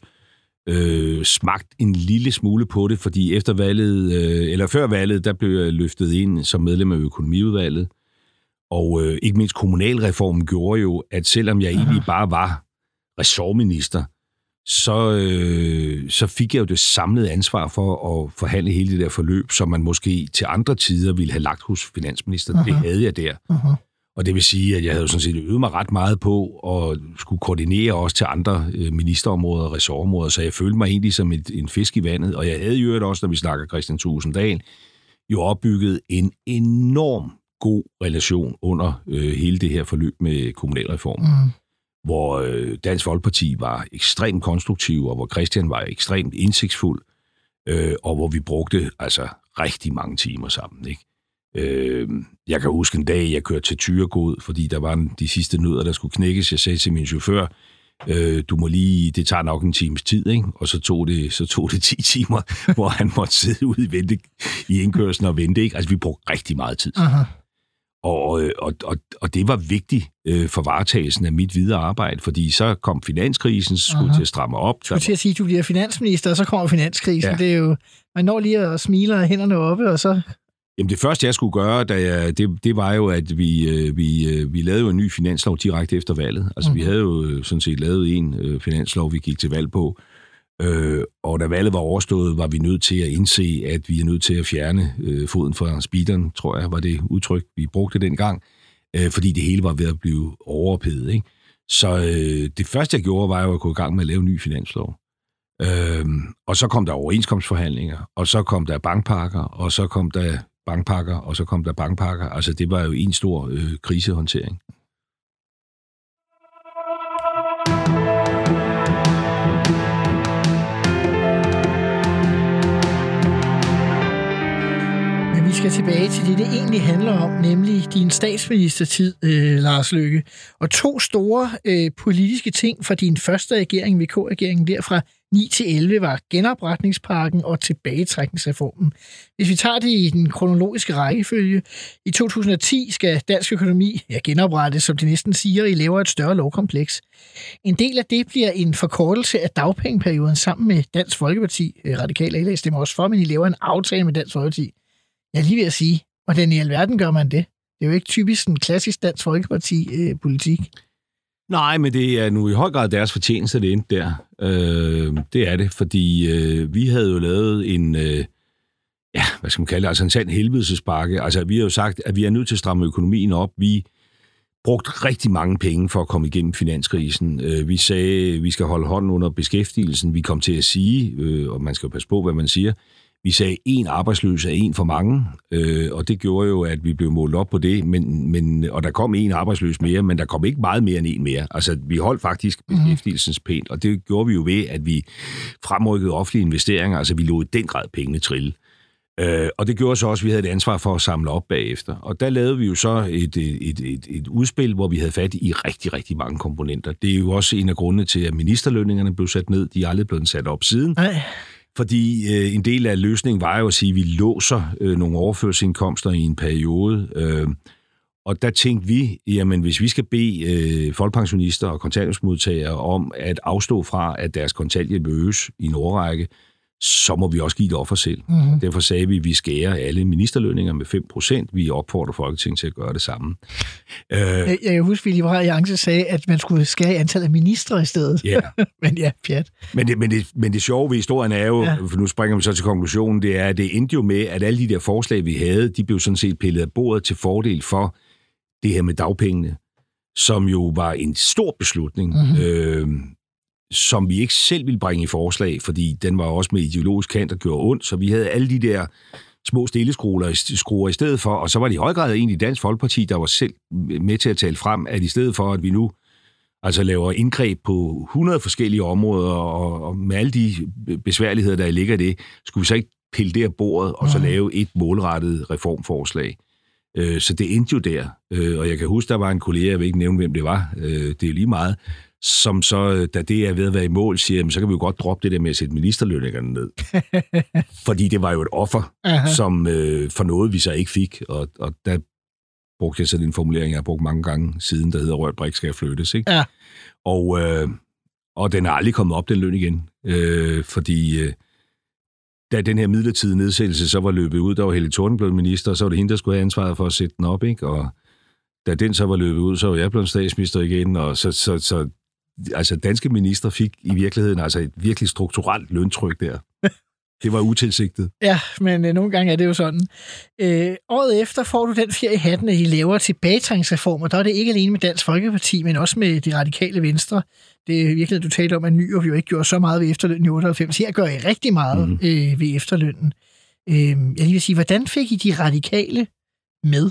øh, smagt en lille smule på det, fordi efter valget, øh, eller før valget, der blev jeg løftet ind som medlem af økonomiudvalget. Og øh, ikke mindst kommunalreformen gjorde jo, at selvom jeg Aha. egentlig bare var ressortminister, så, øh, så fik jeg jo det samlede ansvar for at forhandle hele det der forløb, som man måske til andre tider ville have lagt hos finansministeren. Uh-huh. Det havde jeg der. Uh-huh. Og det vil sige, at jeg havde sådan set øvet mig ret meget på at skulle koordinere også til andre øh, ministerområder og ressortområder, så jeg følte mig egentlig som et, en fisk i vandet. Og jeg havde jo også, når vi snakker Kristian Thulesen Dahl, jo opbygget en enorm god relation under øh, hele det her forløb med kommunalreformen. Uh-huh. Hvor øh, Dansk Folkeparti var ekstremt konstruktiv, og hvor Christian var ekstremt indsigtsfuld, øh, og hvor vi brugte altså rigtig mange timer sammen. Ikke? Øh, jeg kan huske en dag, jeg kørte til Thyregod, fordi der var en, de sidste nødder, der skulle knækkes. Jeg sagde til min chauffør, øh, du må lige, det tager nok en times tid, ikke? Og så tog det, så tog det ti timer, hvor han måtte sidde ude i, vente, i indkørslen og vente. Ikke? Altså, vi brugte rigtig meget tid. Aha. Og, og, og, og det var vigtigt øh, for varetagelsen af mit videre arbejde, fordi så kom finanskrisen, skulle Aha. til at stramme op. Du skulle til at sige, at du bliver finansminister, og så kommer finanskrisen. Ja. Det er jo, man når lige at smile og hænderne oppe, og så... Jamen det første, jeg skulle gøre, da jeg, det, det var jo, at vi, vi, vi lavede jo en ny finanslov direkte efter valget. Altså mm. vi havde jo sådan set lavet en øh, finanslov, vi gik til valg på. Øh, og da valget var overstået, var vi nødt til at indse, at vi er nødt til at fjerne øh, foden fra speederen, tror jeg, var det udtryk, vi brugte dengang, øh, fordi det hele var ved at blive overophedet, ikke? Så øh, det første, jeg gjorde, var jo at gå i gang med at lave en ny finanslov. Øh, og så kom der overenskomstforhandlinger, og så kom der bankpakker, og så kom der bankpakker, og så kom der bankpakker. Altså, det var jo en stor øh, krisehåndtering. skal tilbage til det, det egentlig handler om, nemlig din statsministertid, øh, Lars Løkke. Og to store øh, politiske ting fra din første regering, V K-regeringen, der fra ni til elleve, var genopretningspakken og tilbagetrækningsreformen. Hvis vi tager det i den kronologiske rækkefølge, i to tusind og ti skal dansk økonomi ja, genoprettes, som det næsten siger, I laver et større lovkompleks. En del af det bliver en forkortelse af dagpengeperioden sammen med Dansk Folkeparti. Radikale A L A stemmer også for, men I laver en aftale med Dansk Folkeparti. Jeg er lige ved at sige, hvordan i alverden gør man det? Det er jo ikke typisk en klassisk Dansk Folkeparti-politik. Nej, men det er nu i høj grad deres fortjeneste, det endte der. Øh, det er det, fordi øh, vi havde jo lavet en, øh, ja, hvad skal man kalde det, altså en sand helvedespakke. Altså, vi har jo sagt, at vi er nødt til at stramme økonomien op. Vi brugte rigtig mange penge for at komme igennem finanskrisen. Øh, vi sagde, at vi skal holde hånden under beskæftigelsen. Vi kom til at sige, øh, og man skal jo passe på, hvad man siger, vi sagde, en arbejdsløs er en for mange, øh, og det gjorde jo, at vi blev målt op på det, men, men, og der kom en arbejdsløs mere, men der kom ikke meget mere end en mere. Altså, vi holdt faktisk beskæftigelsens pænt, og det gjorde vi jo ved, at vi fremrykkede offentlige investeringer, altså vi lod i den grad pengene trille. Øh, og det gjorde så også, at vi havde et ansvar for at samle op bagefter. Og der lavede vi jo så et, et, et, et udspil, hvor vi havde fat i rigtig, rigtig mange komponenter. Det er jo også en af grundene til, at ministerlønningerne blev sat ned. De er aldrig blevet sat op siden. Ej. Fordi øh, en del af løsningen var jo at sige, at vi låser øh, nogle overførselsindkomster i en periode. Øh, og der tænkte vi, jamen hvis vi skal bede øh, folkepensionister og kontanthjælpsmodtagere om at afstå fra, at deres kontanthjælp øges i en årrække, så må vi også give det offer selv. Mm-hmm. Derfor sagde vi, at vi skærer alle ministerlønninger med fem procent. Vi opfordrer Folketinget til at gøre det samme. Øh, jeg kan huske, at Liberal Alliance sagde, at man skulle skære i antallet af ministre i stedet. Ja. men ja, pjat. Men det, men, det, men det sjove ved historien er jo, ja. For nu springer vi så til konklusionen, det er, at det endte jo med, at alle de der forslag, vi havde, de blev sådan set pillet af bordet til fordel for det her med dagpengene, som jo var en stor beslutning. Mm-hmm. Øh, som vi ikke selv ville bringe i forslag, fordi den var også med ideologisk kant og gjorde ondt, så vi havde alle de der små stilleskruer i stedet for, og så var det i høj grad egentlig Dansk Folkeparti, der var selv med til at tale frem, at i stedet for, at vi nu altså laver indgreb på hundrede forskellige områder, og, og med alle de besværligheder, der ligger i det, skulle vi så ikke pille det af bordet, og så lave et målrettet reformforslag. Så det endte jo der, og jeg kan huske, der var en kollega, jeg vil ikke nævne, hvem det var, det er lige meget, som så, da det er ved at være i mål, siger, så kan vi jo godt droppe det der med at sætte ministerlønningerne ned. Fordi det var jo et offer, Aha. som øh, for noget, vi så ikke fik. Og, og der brugte jeg sådan en formulering, jeg har brugt mange gange siden, der hedder rødt brik skal flyttes. Ikke? Ja. Og, øh, og den er aldrig kommet op, den løn igen. Øh, fordi øh, da den her midlertidige nedsættelse så var løbet ud, der var Helle Thorning blevet minister, så var det hende, der skulle have ansvaret for at sætte den op. Ikke? Og da den så var løbet ud, så var jeg blevet statsminister igen, og så... så, så altså danske minister fik i virkeligheden altså et virkelig strukturelt løntryk der. Det var utilsigtet. Ja, men øh, nogle gange er det jo sådan. Øh, året efter får du den fjer i hatten, at I laver tilbagetrækningsreformer. Der er det ikke alene med Dansk Folkeparti, men også med de radikale venstre. Det er virkelig, du talte om, at Nyrup jo ikke gjorde så meget ved efterlønnen i otteoghalvfems. Her gør I rigtig meget mm. øh, ved efterlønnen. Øh, jeg vil sige, hvordan fik I de radikale med?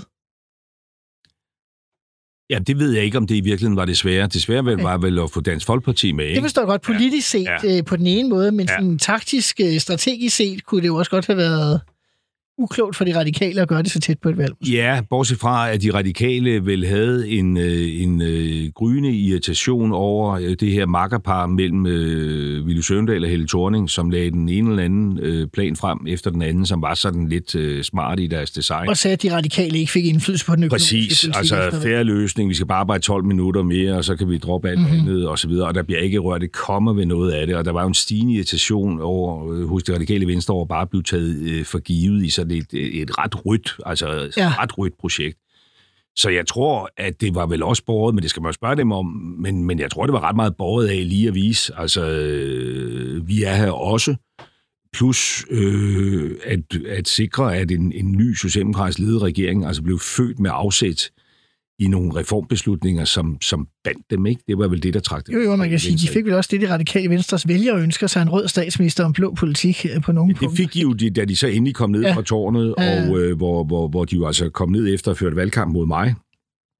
Ja, det ved jeg ikke, om det i virkeligheden var det svære. Det svære vel var vel at få Dansk Folkeparti med, ikke? Det forstår jeg godt politisk set ja. på den ene måde, men ja. sådan taktisk, strategisk set kunne det jo også godt have været uklogt for de radikale at gøre det så tæt på et valg. Ja, bortset fra, at de radikale vel havde en, en, en gryende irritation over det her makkerpar mellem øh, Villy Søvndal og Helle Thorning, som lagde den ene eller anden øh, plan frem efter den anden, som var sådan lidt øh, smart i deres design. Og sagde, at de radikale ikke fik indflydelse på den økonomiske Præcis, politik. Præcis, altså fair løsning, vi skal bare arbejde tolv minutter mere, og så kan vi droppe alt mm-hmm. andet, og så videre, og der bliver ikke rørt, det kommer ved noget af det, og der var jo en stigende irritation over, øh, hos det radikale venstre over bare at blive taget øh, for givet i sådan et, et ret rødt, altså et ja. ret rødt projekt. Så jeg tror, at det var vel også båret, men det skal man jo spørge dem om, men, men jeg tror, det var ret meget båret af lige at vise, altså øh, vi er her også, plus øh, at, at sikre, at en, en ny socialdemokratisk ledet regering altså blev født med afsæt i nogle reformbeslutninger, som, som bandt dem, ikke? Det var vel det, der trak det. Jo, jo, man kan sige, de fik vel også det, de radikale venstres vælgere ønsker sig en rød statsminister og en blå politik på nogle ja, det fik de jo, da de så endelig kom ned ja. fra tårnet, ja. og øh, hvor, hvor, hvor de jo altså kom ned efter at føre valgkamp mod mig.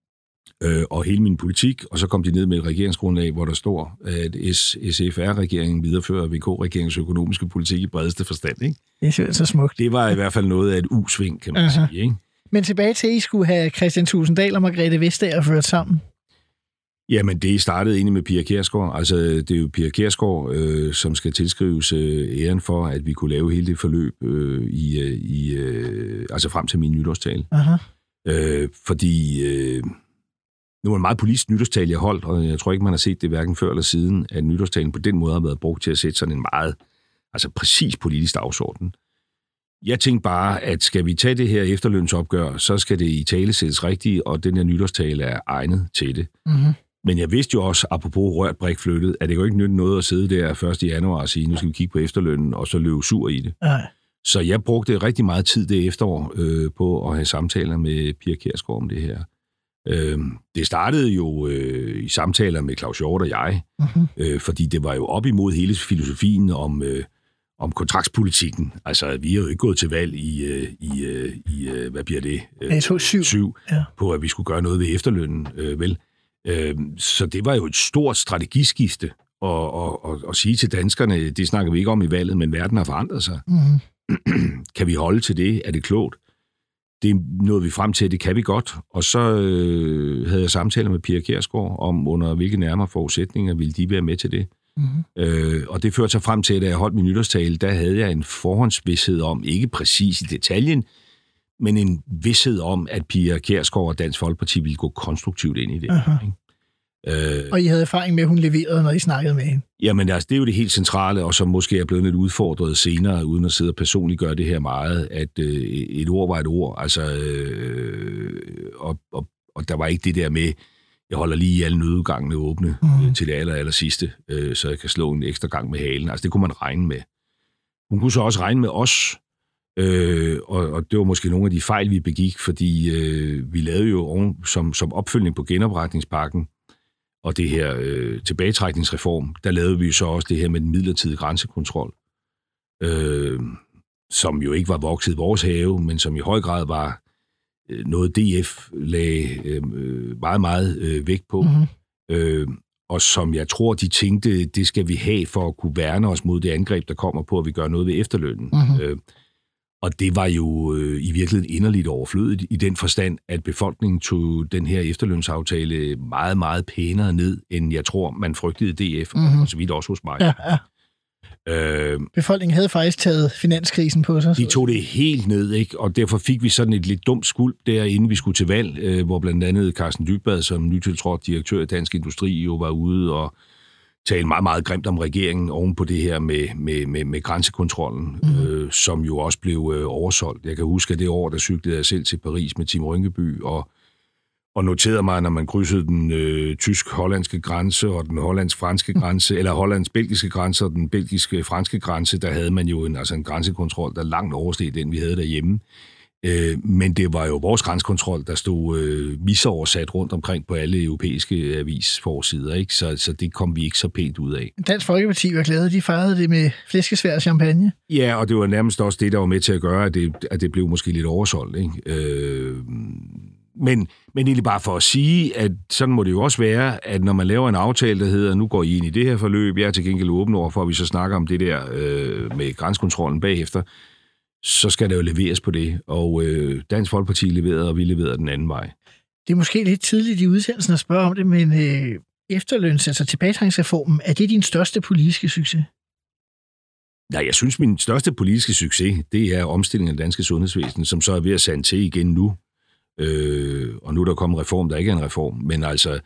øh, og hele min politik, og så kom de ned med et regeringsgrundlag, hvor der står, at S F R-regeringen viderefører V K-regeringens økonomiske politik i bredeste forstand. Ikke? Det er så smukt. Det var i hvert fald noget af et usving, kan man uh-huh. sige. Ikke? Men tilbage til, at I skulle have Kristian Thulesen Dahl og Margrethe Vestager ført sammen. Jamen, det startede egentlig med Pia Kjærsgaard. Altså, det er jo Pia Kjærsgaard, øh, som skal tilskrives øh, æren for, at vi kunne lave hele det forløb øh, i, øh, i øh, altså frem til min nytårstale. Uh-huh. Øh, fordi øh, nu var en meget politisk nytårstale, jeg holdt, og jeg tror ikke, man har set det hverken før eller siden, at nytårstalen på den måde har været brugt til at sætte sådan en meget altså præcis politisk dagsorden. Jeg tænkte bare, at skal vi tage det her efterlønsopgør, så skal det i tale sættes rigtigt, og den her nytårstale er egnet til det. Mm-hmm. Men jeg vidste jo også, apropos rørt brik flyttet, at det jo ikke nytte noget at sidde der første januar og sige, nu skal vi kigge på efterlønnen, og så løbe sur i det. Ej. Så jeg brugte rigtig meget tid det efterår øh, på at have samtaler med Pia Kjærsgaard om det her. Øh, det startede jo øh, i samtaler med Claus Hjort og jeg, mm-hmm. øh, fordi det var jo op imod hele filosofien om... Øh, om kontraktspolitikken. Altså, vi er jo ikke gået til valg i, i, i hvad bliver det? NATO syv. syv ja. På, at vi skulle gøre noget ved efterlønnen, øh, vel? Øh, så det var jo et stort strategiskifte at, at, at, at sige til danskerne, det snakker vi ikke om i valget, men verden har forandret sig. Mm-hmm. Kan vi holde til det? Er det klogt? Det nåede vi frem til, det kan vi godt. Og så øh, havde jeg samtaler med Pia Kjærsgaard om, under hvilke nærmere forudsætninger ville de være med til det. Mm-hmm. Øh, og det førte sig frem til, at da jeg holdt min nytårstale, der havde jeg en forhåndsvidshed om, ikke præcis i detaljen, men en vidshed om, at Pia Kjærsgaard og Dansk Folkeparti ville gå konstruktivt ind i det. Øh, og I havde erfaring med, at hun leverede, når I snakkede med hende? Jamen altså, det er jo det helt centrale, og som måske er blevet lidt udfordret senere, uden at sidde og personligt gøre det her meget, at øh, et ord var et ord, altså, øh, og, og, og der var ikke det der med, jeg holder lige alle nødudgangene åbne mm. øh, til det aller, aller sidste, øh, så jeg kan slå en ekstra gang med halen. Altså, det kunne man regne med. Hun kunne så også regne med os, øh, og, og det var måske nogle af de fejl, vi begik, fordi øh, vi lavede jo som, som opfølgning på genopretningspakken og det her øh, tilbagetrækningsreform, der lavede vi så også det her med den midlertidige grænsekontrol, øh, som jo ikke var vokset i vores have, men som i høj grad var noget D F lagde øh, meget, meget øh, vægt på, mm-hmm. øh, og som jeg tror, de tænkte, det skal vi have for at kunne værne os mod det angreb, der kommer på, at vi gør noget ved efterlønnen. Mm-hmm. Øh, og det var jo øh, i virkeligheden inderligt overflødigt i den forstand, at befolkningen tog den her efterlønsaftale meget, meget pænere ned, end jeg tror, man frygtede D F, mm-hmm. og så vidt også hos mig. Ja, ja. Øh, Befolkningen havde faktisk taget finanskrisen på sig. De tog det helt ned, ikke? Og derfor fik vi sådan et lidt dumt skuld der, inden vi skulle til valg, øh, hvor blandt andet Carsten Dybvad, som nytiltrådt direktør i Dansk Industri, jo var ude og tale meget, meget grimt om regeringen oven på det her med, med, med, med grænsekontrollen, mm. øh, som jo også blev øh, oversolgt. Jeg kan huske, at det år, der cyklede jeg selv til Paris med Tim Rynkeby, og og noterede mig, når man krydsede den øh, tysk-hollandske grænse og den hollandsk-franske grænse, eller hollandsk-belgiske grænse og den belgiske-franske grænse, der havde man jo en, altså en grænsekontrol, der langt oversteg den, vi havde derhjemme. Øh, men det var jo vores grænsekontrol, der stod øh, misoversat rundt omkring på alle europæiske avisforsider, ikke? Så, så det kom vi ikke så pænt ud af. Dansk Folkeparti var glade, de fejrede det med flæskesvær og champagne. Ja, og det var nærmest også det, der var med til at gøre, at det, at det blev måske lidt oversolgt, ikke? Øh, Men, men egentlig bare for at sige, at sådan må det jo også være, at når man laver en aftale, der hedder, nu går I ind i det her forløb, jeg er til gengæld åben over for, at vi så snakker om det der øh, med grænsekontrollen bagefter, så skal der jo leveres på det. Og øh, Dansk Folkeparti leverede, og vi leverede den anden vej. Det er måske lidt tidligt i udsendelsen at spørge om det, men øh, efterløns, altså tilbagetrækningsreformen, er det din største politiske succes? Nej, jeg synes, min største politiske succes, det er omstillingen af det danske sundhedsvæsen, som så er ved at sande til igen nu. Øh, og nu er der kommet en reform, der ikke er en reform, men altså,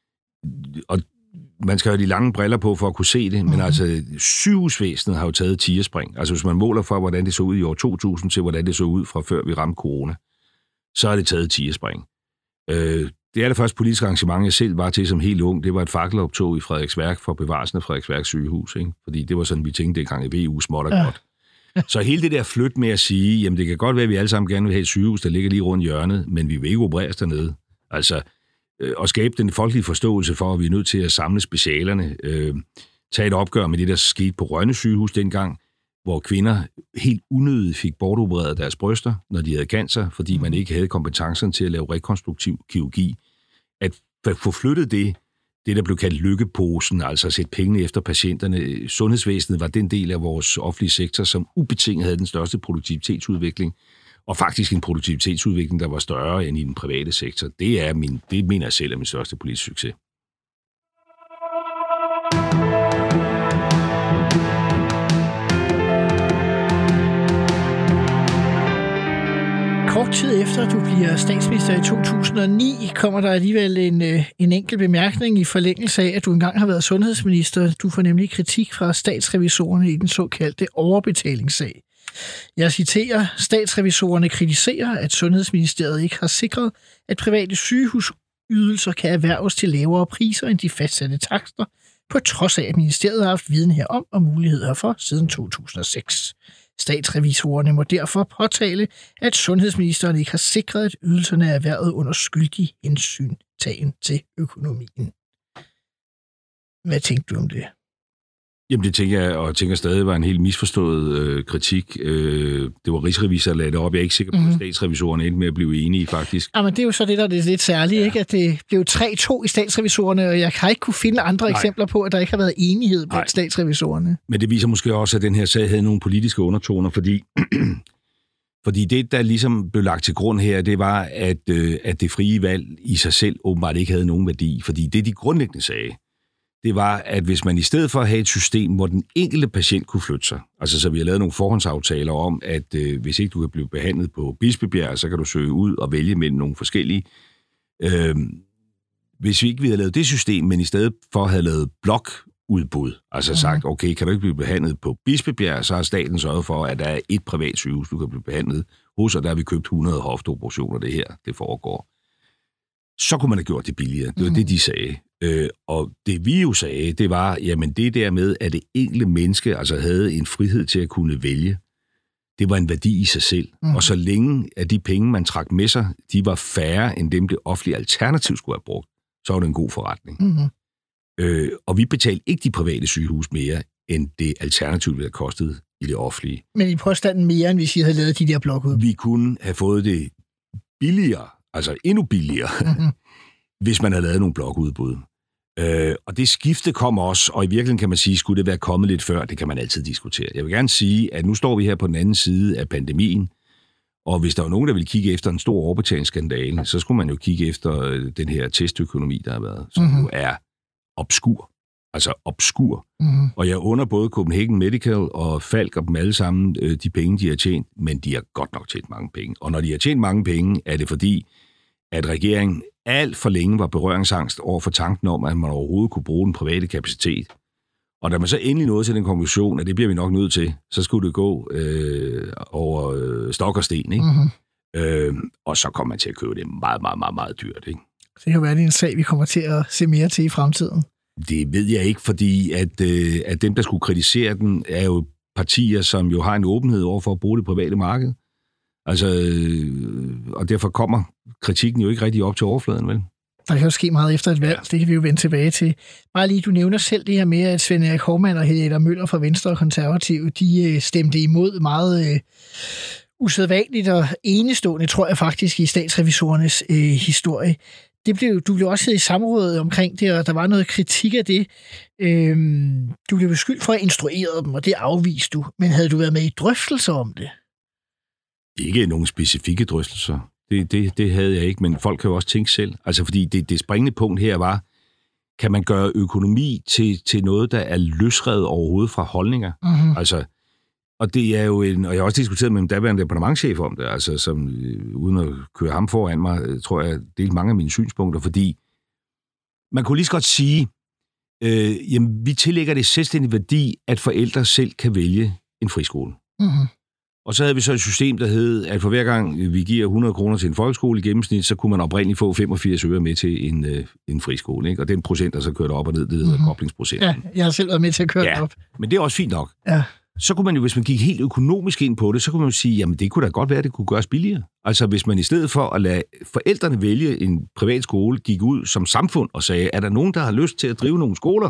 og man skal have de lange briller på for at kunne se det, men mm-hmm. altså, sygehusvæsenet har jo taget tigerspring. Altså, hvis man måler for, hvordan det så ud i år to tusind, til hvordan det så ud fra før vi ramte corona, så er det taget tigerspring. Øh, det er det første politiske arrangement, jeg selv var til som helt ung. Det var et fakkeloptog i Frederiksværk for bevarelsen af Frederiksværk sygehus, ikke? Fordi det var sådan, vi tænkte dengang i V U småt og godt. Så hele det der flyt med at sige, jamen det kan godt være, at vi alle sammen gerne vil have et sygehus, der ligger lige rundt hjørnet, men vi vil ikke opereres dernede. Altså, øh, at skabe den folkelige forståelse for, at vi er nødt til at samle specialerne. Øh, tage et opgør med det, der skete på Rønne sygehus dengang, hvor kvinder helt unødigt fik bortopereret deres bryster, når de havde cancer, fordi man ikke havde kompetencen til at lave rekonstruktiv kirurgi at få flyttet det, det der blev kaldt lykkeposen, altså at sætte pengene efter patienterne. Sundhedsvæsenet var den del af vores offentlige sektor, som ubetinget havde den største produktivitetsudvikling, og faktisk en produktivitetsudvikling, der var større end i den private sektor. Det er min, det mener jeg selv er min største politiske succes. Kort tid efter, at du bliver statsminister i to tusind og ni, kommer der alligevel en, en enkelt bemærkning i forlængelse af, at du engang har været sundhedsminister. Du får nemlig kritik fra statsrevisorerne i den såkaldte overbetalingssag. Jeg citerer, statsrevisorerne kritiserer, at Sundhedsministeriet ikke har sikret, at private sygehusydelser kan erhverves til lavere priser end de fastsatte takster, på trods af, at ministeriet har haft viden herom og mulighed herfor siden to tusind og seks. Statsrevisorerne må derfor påtale, at sundhedsministeren ikke har sikret, at ydelserne er erhvervet under skyldig hensyntagen til økonomien. Hvad tænkte du om det? Jamen det tænker jeg, og jeg tænker stadig var en helt misforstået øh, kritik. Øh, det var rigsrevisor, der lagde det op. Jeg er ikke sikker på, at mm-hmm. statsrevisorerne endte med at blive enige, faktisk. Ja, men det er jo så det, der er det lidt særlige, ja. Ikke? At det blev tre to i statsrevisorerne, og jeg har ikke kunne finde andre Nej. eksempler på, at der ikke har været enighed blandt statsrevisorerne. Men det viser måske også, at den her sag havde nogle politiske undertoner, fordi, fordi det, der ligesom blev lagt til grund her, det var, at, øh, at det frie valg i sig selv åbenbart ikke havde nogen værdi. Fordi det, de grundlæggende sagde, det var, at hvis man i stedet for at have et system, hvor den enkelte patient kunne flytte sig, altså så vi har lavet nogle forhåndsaftaler om, at øh, hvis ikke du kan blive behandlet på Bispebjerg, så kan du søge ud og vælge mellem nogle forskellige. Øh, hvis vi ikke havde lavet det system, men i stedet for havde lavet blokudbud, altså sagt, okay, kan du ikke blive behandlet på Bispebjerg, så har staten sørget for, at der er et privat sygehus, du kan blive behandlet hos, og der har vi købt hundrede hofteoperationer, det her, det foregår. Så kunne man have gjort det billigere. Det var mm. det, de sagde. Øh, og det vi jo sagde, det var, jamen det der med, at det enkelte menneske altså havde en frihed til at kunne vælge, det var en værdi i sig selv. Mm. Og så længe at de penge, man trak med sig, de var færre end dem, det offentlige alternativ skulle have brugt, så var det en god forretning. Mm. Øh, og vi betalte ikke de private sygehus mere, end det alternativ, vi havde kostet i det offentlige. Men i påstanden mere, end hvis I havde lavet de der blokudbud? Vi kunne have fået det billigere, altså endnu billigere, mm-hmm. hvis man havde lavet nogle blokudbud. Øh, og det skifte kom også, og i virkeligheden kan man sige, skulle det være kommet lidt før, det kan man altid diskutere. Jeg vil gerne sige, at nu står vi her på den anden side af pandemien, og hvis der var nogen, der ville kigge efter en stor overbetalingsskandale, så skulle man jo kigge efter den her testøkonomi, der har været, som mm-hmm. jo er obskur. Altså obskur. Mm-hmm. Og jeg under både Copenhagen Medical og Falk og dem alle sammen de penge, de har tjent, men de har godt nok tjent mange penge. Og når de har tjent mange penge, er det fordi, at regeringen alt for længe var berøringsangst over for tanken om, at man overhovedet kunne bruge den private kapacitet. Og da man så endelig nåede til den konklusion, at det bliver vi nok nødt til, så skulle det gå øh, over øh, stok og sten, ikke? Mm-hmm. Øh, og så kom man til at købe det meget, meget, meget, meget dyrt, ikke? Det kan være, det er en sag, vi kommer til at se mere til i fremtiden. Det ved jeg ikke, fordi at, øh, at dem, der skulle kritisere den, er jo partier, som jo har en åbenhed over for at bruge det private marked. Altså, øh, og derfor kommer kritikken jo ikke rigtig op til overfladen, vel? Der kan jo ske meget efter et valg, ja. Det kan vi jo vende tilbage til. Bare lige, du nævner selv det her med, at Svend Erik Hovmand og Helge Møller fra Venstre og Konservative, de øh, stemte imod meget øh, usædvanligt og enestående, tror jeg faktisk, i statsrevisorernes øh, historie. Det blev, du blev også i samrådet omkring det, og der var noget kritik af det. Øhm, du blev beskyldt for at instruere dem, og det afviste du. Men havde du været med i drøftelser om det? Ikke nogen specifikke drøftelser. Det, det, det havde jeg ikke, men folk kan jo også tænke selv. Altså, fordi det, det springende punkt her var, kan man gøre økonomi til, til noget, der er løsrevet overhovedet fra holdninger? Mm-hmm. Altså, og det er jo en, og jeg har også diskuteret med min daværende departementschef om det, altså, som uden at køre ham foran mig, tror jeg, delte mange af mine synspunkter, fordi man kunne lige så godt sige, øh, jamen, vi tillægger det selvstændig værdi, at forældre selv kan vælge en friskole. Mm-hmm. Og så havde vi så et system, der hed, at for hver gang vi giver hundrede kroner til en folkeskole i gennemsnit, så kunne man oprindeligt få femogfirs øre med til en, øh, en friskole. Ikke? Og den procent, der så kørte op og ned, det hedder mm-hmm. koblingsprocenten. Ja, jeg har selv været med til at køre ja, op. Men det er også fint nok. Ja. Så kunne man jo, hvis man gik helt økonomisk ind på det, så kunne man jo sige, jamen det kunne da godt være, at det kunne gøres billigere. Altså hvis man i stedet for at lade forældrene vælge en privat skole, gik ud som samfund og sagde, er der nogen, der har lyst til at drive nogle skoler?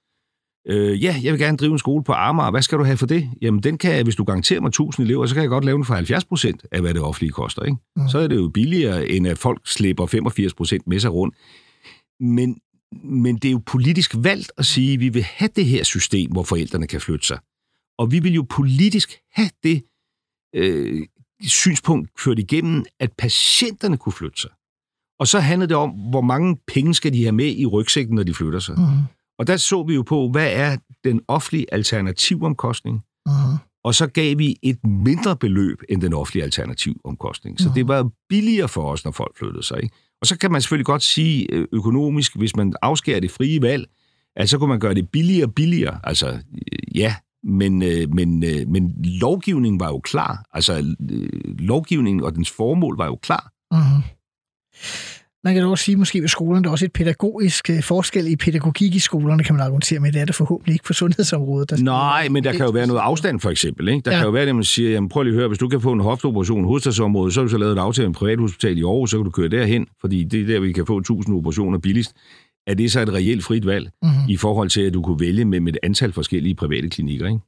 Øh, ja, jeg vil gerne drive en skole på Amager. Hvad skal du have for det? Jamen, den kan, hvis du garanterer mig tusind elever, så kan jeg godt lave den for halvfjerds procent af, hvad det offentlige koster. Ikke? Mm. Så er det jo billigere, end at folk slipper femogfirs procent med sig rundt. men, men det er jo politisk valgt at sige, at vi vil have det her system, hvor forældrene kan flytte sig. Og vi vil jo politisk have det øh, synspunkt ført igennem, at patienterne kunne flytte sig. Og så handlede det om, hvor mange penge skal de have med i rygsækken, når de flytter sig. Mm. Og der så vi jo på, hvad er den offentlige alternativomkostning? Mm. Og så gav vi et mindre beløb end den offentlige alternativomkostning. Så mm. det var billigere for os, når folk flyttede sig. Ikke? Og så kan man selvfølgelig godt sige økonomisk, hvis man afskærer det frie valg, altså så kunne man gøre det billigere og billigere. Altså, ja, men, men, men lovgivningen var jo klar. Altså, lovgivningen og dens formål var jo klar. Mm. Man kan dog sige, måske ved skolerne, der er også et pædagogisk forskel i pædagogik i skolerne, kan man argumentere med. Det er der forhåbentlig ikke på sundhedsområdet. Der Nej, men der kan jo være noget afstand, for eksempel. Ikke? Der ja. kan jo være, at man siger, jamen prøv lige at høre, hvis du kan få en hofteoperation i hovedstadsområdet, så har du så lavet et aftale med en privathospital i Aarhus, så kan du køre derhen, fordi det er der, vi kan få tusind operationer billigst. Er det så et reelt frit valg mm-hmm. i forhold til, at du kunne vælge med, med et antal forskellige private klinikker, ikke?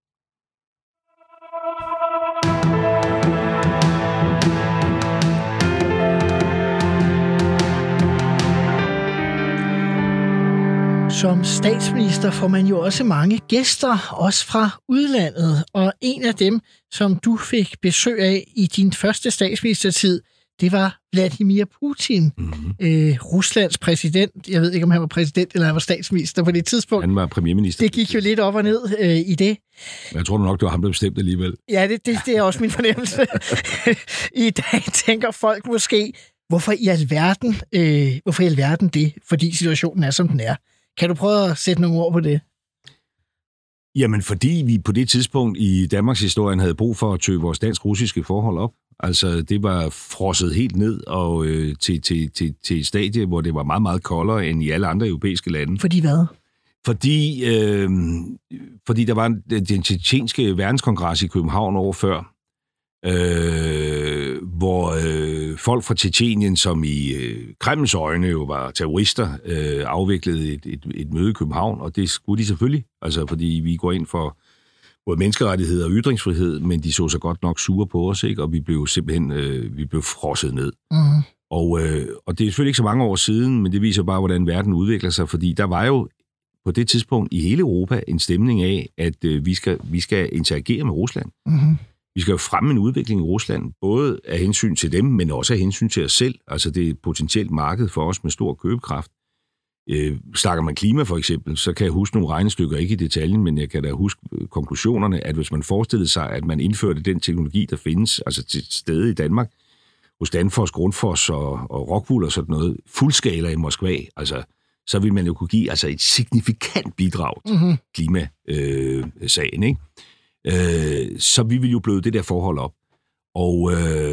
Som statsminister får man jo også mange gæster, også fra udlandet. Og en af dem, som du fik besøg af i din første statsministertid, det var Vladimir Putin, mm-hmm. øh, Ruslands præsident. Jeg ved ikke, om han var præsident eller han var statsminister på det tidspunkt. Han var premierminister. Det gik jo lidt op og ned øh, i det. Jeg tror nok, det var ham, der bestemte alligevel. Ja, det, det, det er også min fornemmelse. I dag tænker folk måske, hvorfor i alverden, øh, hvorfor i alverden det? Fordi situationen er, som den er. Kan du prøve at sætte nogle ord på det? Jamen, fordi vi på det tidspunkt i Danmarks historien havde brug for at tøve vores dansk-russiske forhold op. Altså, det var frosset helt ned og øh, til, til, til, til et stadie, hvor det var meget, meget koldere end i alle andre europæiske lande. Fordi hvad? Fordi, øh, fordi der var den tjetjenske verdenskongres i København år før, øh, hvor øh, folk fra Tjetjenien, som i øh, Kremls øjne jo var terrorister, øh, afviklede et, et, et møde i København, og det skulle de selvfølgelig, altså fordi vi går ind for både menneskerettigheder og ytringsfrihed, men de så så godt nok sure på os, ikke? Og vi blev simpelthen øh, vi blev frosset ned. Mm. Og, øh, og det er selvfølgelig ikke så mange år siden, men det viser bare, hvordan verden udvikler sig, fordi der var jo på det tidspunkt i hele Europa en stemning af, at øh, vi, skal, vi skal interagere med Rusland. Mm. Vi skal jo fremme en udvikling i Rusland, både af hensyn til dem, men også af hensyn til os selv. Altså det er et potentielt marked for os med stor købekraft. Øh, snakker man klima for eksempel, så kan jeg huske nogle regnestykker, ikke i detaljen, men jeg kan da huske konklusionerne, at hvis man forestillede sig, at man indførte den teknologi, der findes, altså til stede i Danmark, hos Danfoss, Grundfos og, og Rockwool og sådan noget, fuldskala i Moskva, altså, så ville man jo kunne give altså, et signifikant bidrag til mm-hmm. klimasagen, ikke? Øh, så vi ville jo bløde det der forhold op. Og,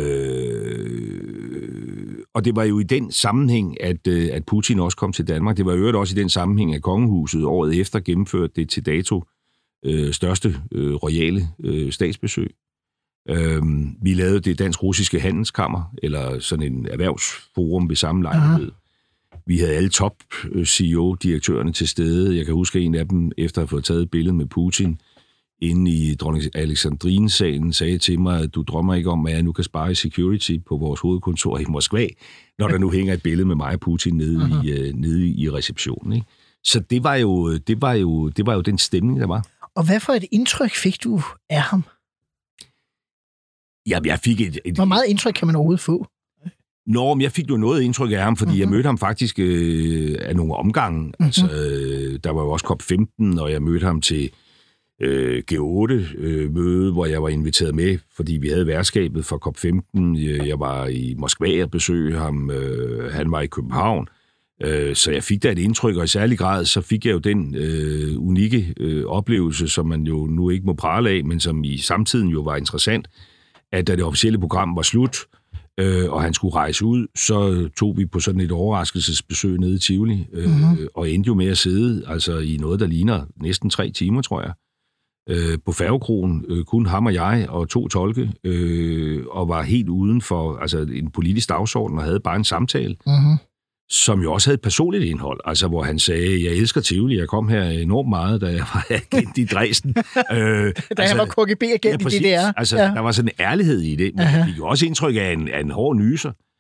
øh, og det var jo i den sammenhæng, at, at Putin også kom til Danmark. Det var jo også i den sammenhæng, at kongehuset året efter gennemførte det til dato øh, største øh, royale øh, statsbesøg. Øh, vi lavede det dansk-russiske handelskammer, eller sådan en erhvervsforum ved samme lejlighed. Vi havde alle top-C E O-direktørerne til stede. Jeg kan huske en af dem, efter at have fået taget et billede med Putin, inde i dronning Alexandrine-salen, sagde til mig, at du drømmer ikke om, at jeg nu kan spare i security på vores hovedkontor i Moskva, når der nu hænger et billede med mig og Putin nede, uh-huh. i, uh, nede i receptionen. Ikke? Så det var, jo, det, var jo, det var jo den stemning, der var. Og hvad for et indtryk fik du af ham? Jamen, jeg fik et, et... Hvor meget indtryk kan man overhovedet få? Nå, men jeg fik jo noget indtryk af ham, fordi uh-huh. jeg mødte ham faktisk øh, af nogle omgange. Uh-huh. Altså, øh, der var jo også C O P femten, og jeg mødte ham til G otte-møde, hvor jeg var inviteret med, fordi vi havde værtskabet for C O P femten. Jeg var i Moskva og besøgte ham. Han var i København. Så jeg fik da et indtryk, og i særlig grad, så fik jeg jo den øh, unikke øh, oplevelse, som man jo nu ikke må prale af, men som i samtiden jo var interessant, at da det officielle program var slut, øh, og han skulle rejse ud, så tog vi på sådan et overraskelsesbesøg nede i Tivoli, øh, mm-hmm. og endte jo med at sidde altså, i noget, der ligner næsten tre timer, tror jeg, øh, på Færgekroen, øh, kun ham og jeg og to tolke, øh, og var helt uden for altså, en politisk dagsorden og havde bare en samtale, mm-hmm. som jo også havde et personligt indhold, altså hvor han sagde, jeg elsker Tivoli, jeg kom her enormt meget, da jeg var agent i Dresden. øh, da altså, jeg var K G B-agent ja, i D D R. Altså, ja. Der var sådan en ærlighed i det, men jeg fik jo også indtryk af en, af en hård nyser.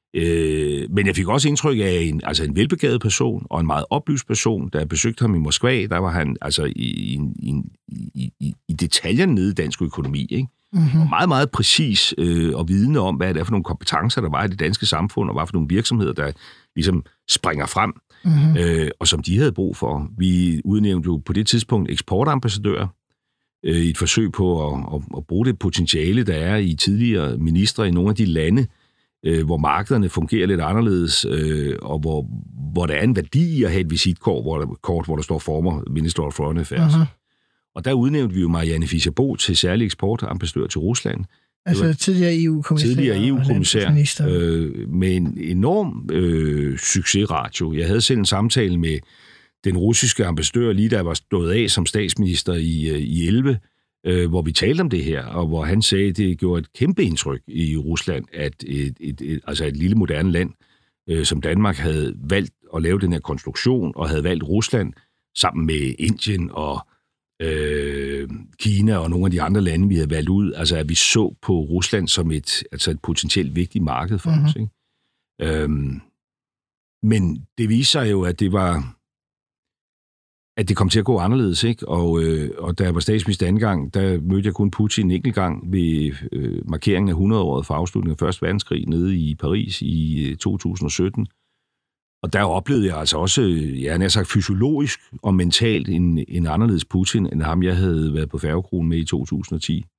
Øh, men jeg fik også indtryk af en, altså en velbegavet person og en meget oplyst person. Da jeg besøgte ham i Moskva, der var han altså i, i, i, i, i detaljerne nede i dansk økonomi, ikke? Mm-hmm. Og meget, meget præcis øh, og vidende om, hvad det er for nogle kompetencer, der var i det danske samfund, og hvad for nogle virksomheder, der ligesom springer frem, mm-hmm. øh, og som de havde brug for. Vi udnævnte jo på det tidspunkt eksportambassadører øh, i et forsøg på at, at, at bruge det potentiale, der er i tidligere ministre i nogle af de lande, øh, hvor markederne fungerer lidt anderledes, øh, og hvor, hvor der er en værdi i at have et visitkort, hvor der, kort, hvor der står former Minister of Foreign Affairs. Mm-hmm. Og der udnævnte vi jo Marianne Fischer-Boel til særlig eksportambassadør til Rusland. Altså tidligere E U-kommissær. Tidligere E U-kommissær øh, med en enorm øh, succesratio. Jeg havde selv en samtale med den russiske ambassadør, lige da jeg var stået af som statsminister i, i elleve, øh, hvor vi talte om det her, og hvor han sagde, at det gjorde et kæmpe indtryk i Rusland, at et, et, et, altså et lille moderne land, øh, som Danmark havde valgt at lave den her konstruktion, og havde valgt Rusland sammen med Indien og Øh, Kina og nogle af de andre lande, vi havde valgt ud, altså at vi så på Rusland som et, altså et potentielt vigtigt marked for mm-hmm. os. Ikke? Øhm, men det viste sig jo, at det var, at det kom til at gå anderledes, ikke? Og, øh, og da jeg var statsminister anden gang, der mødte jeg kun Putin en enkelt gang ved øh, markeringen af hundrede-året for afslutningen af første verdenskrig nede i Paris i øh, to tusind og sytten. Og der oplevede jeg altså også, jeg har nær sagt fysiologisk og mentalt, en, en anderledes Putin, end ham, jeg havde været på færgekronen med i to tusind og ti.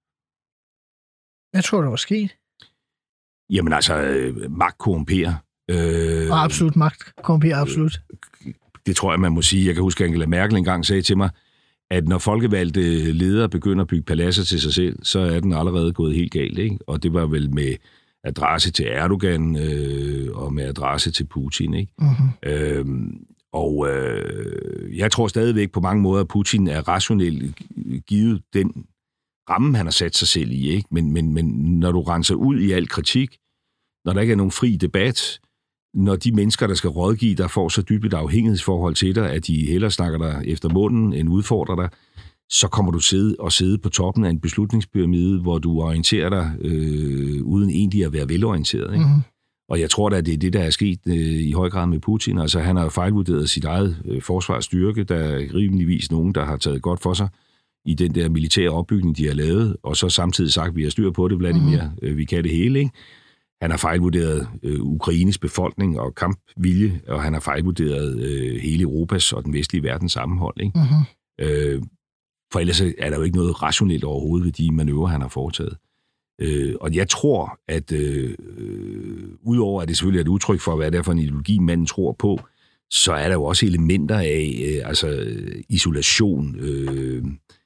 Hvad tror du, der var sket? Jamen altså, magt korrumperer. Øh, og absolut magt korrumperer, absolut. Øh, det tror jeg, man må sige. Jeg kan huske, at Angela Merkel engang sagde til mig, at når folkevalgte ledere begynder at bygge paladser til sig selv, så er den allerede gået helt galt, ikke? Og det var vel med adresse til Erdogan øh, og med adresse til Putin, ikke? Mm-hmm. Øhm, og øh, jeg tror stadigvæk på mange måder, at Putin er rationelt givet den ramme, han har sat sig selv i, ikke? Men, men, men når du renser ud i al kritik, når der ikke er nogen fri debat, når de mennesker, der skal rådgive dig, får så dybt et afhængighedsforhold til dig, at de hellere snakker dig efter munden end udfordrer dig, så kommer du sidde og sidde på toppen af en beslutningspyramide, hvor du orienterer dig øh, uden egentlig at være velorienteret. Ikke? Mm-hmm. Og jeg tror da, at det er det, der er sket øh, i høj grad med Putin. Altså, han har fejlvurderet sit eget øh, forsvarsstyrke. Der er rimeligvis nogen, der har taget godt for sig i den der militære opbygning, de har lavet, og så samtidig sagt, at vi har styr på det, Vladimir. Mm-hmm. Øh, vi kan det hele, ikke? Han har fejlvurderet øh, Ukraines befolkning og kampvilje, og han har fejlvurderet øh, hele Europas og den vestlige verdens sammenhold, ikke? Mm-hmm. Øh, For ellers er der jo ikke noget rationelt overhovedet ved de manøvrer, han har foretaget. Øh, og jeg tror, at øh, øh, udover at det selvfølgelig er et udtryk for, hvad det er for en ideologi, manden tror på, så er der jo også elementer af øh, altså isolation, øh,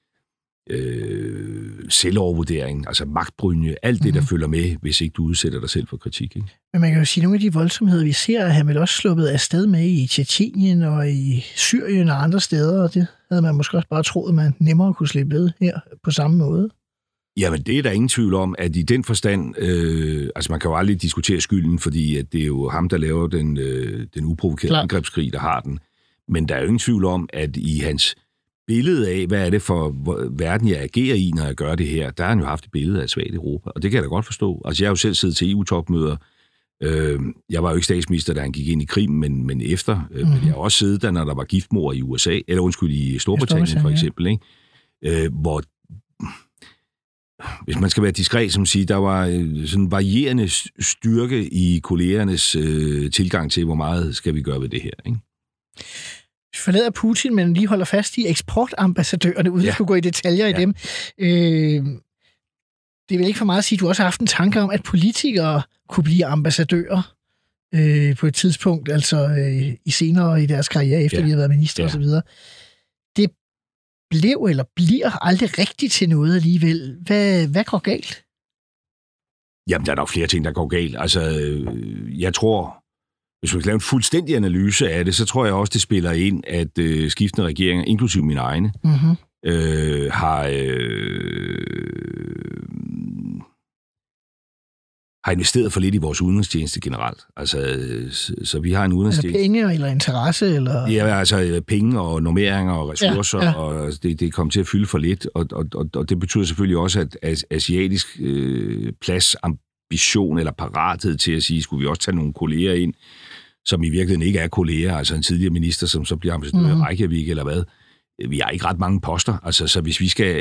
øh, selvovervurdering, altså magtbrynje, alt det, der mm. følger med, hvis ikke du udsætter dig selv for kritik. Ikke? Men man kan jo sige, at nogle af de voldsomheder, vi ser, har vel også sluppet afsted med i Tjetjenien og i Syrien og andre steder, og det havde man måske også bare troet, man nemmere kunne slippe ved her på samme måde. Jamen, det er der ingen tvivl om, at i den forstand, øh, altså man kan jo aldrig diskutere skylden, fordi at det er jo ham, der laver den, øh, den uprovokerede angrebskrig, der har den. Men der er jo ingen tvivl om, at i hans billede af, hvad er det for verden, jeg agerer i, når jeg gør det her, der har han jo haft et billede af et svagt Europa, og det kan jeg da godt forstå. Altså, jeg har jo selv siddet til E U-topmøder. Øh, jeg var jo ikke statsminister, da han gik ind i Krim, men, men efter. Mm-hmm. Men jeg har også siddet der, når der var giftmord i U S A, eller undskyld, i Storbritannien, Storbritannien for eksempel, ikke? Øh, hvor hvis man skal være diskret, som siger, der var sådan varierende styrke i kollegernes øh, tilgang til, hvor meget skal vi gøre ved det her, ikke? Vi forlader Putin, men lige holder fast i eksportambassadørerne, uden ja. at skulle gå i detaljer ja. i dem. Øh, det er vel ikke for meget at sige, at du også har haft en tanke om, at politikere kunne blive ambassadører øh, på et tidspunkt, altså øh, i senere i deres karriere, efter ja. de har været minister ja. osv. Det blev eller bliver aldrig rigtigt til noget alligevel. Hvad, hvad går galt? Jamen, der er nok flere ting, der går galt. Altså, jeg tror, hvis man skal lave en fuldstændig analyse af det, så tror jeg også, det spiller ind, at øh, skiftende regeringer, inklusive mine egne, mm-hmm. øh, har, øh, har investeret for lidt i vores udenrigstjeneste generelt. Altså, så, så vi har en udenrigstjeneste. Eller penge eller interesse? Eller? Ja, altså penge og normeringer og ressourcer, ja, ja. og det, det kom til at fylde for lidt. Og, og, og, og det betyder selvfølgelig også, at asiatisk øh, plads ambition eller parathed til at sige, skulle vi også tage nogle kolleger ind, som i virkeligheden ikke er kolleger, altså en tidligere minister, som så bliver ambassadør i mm. Reykjavik eller hvad. Vi har ikke ret mange poster, altså så hvis vi skal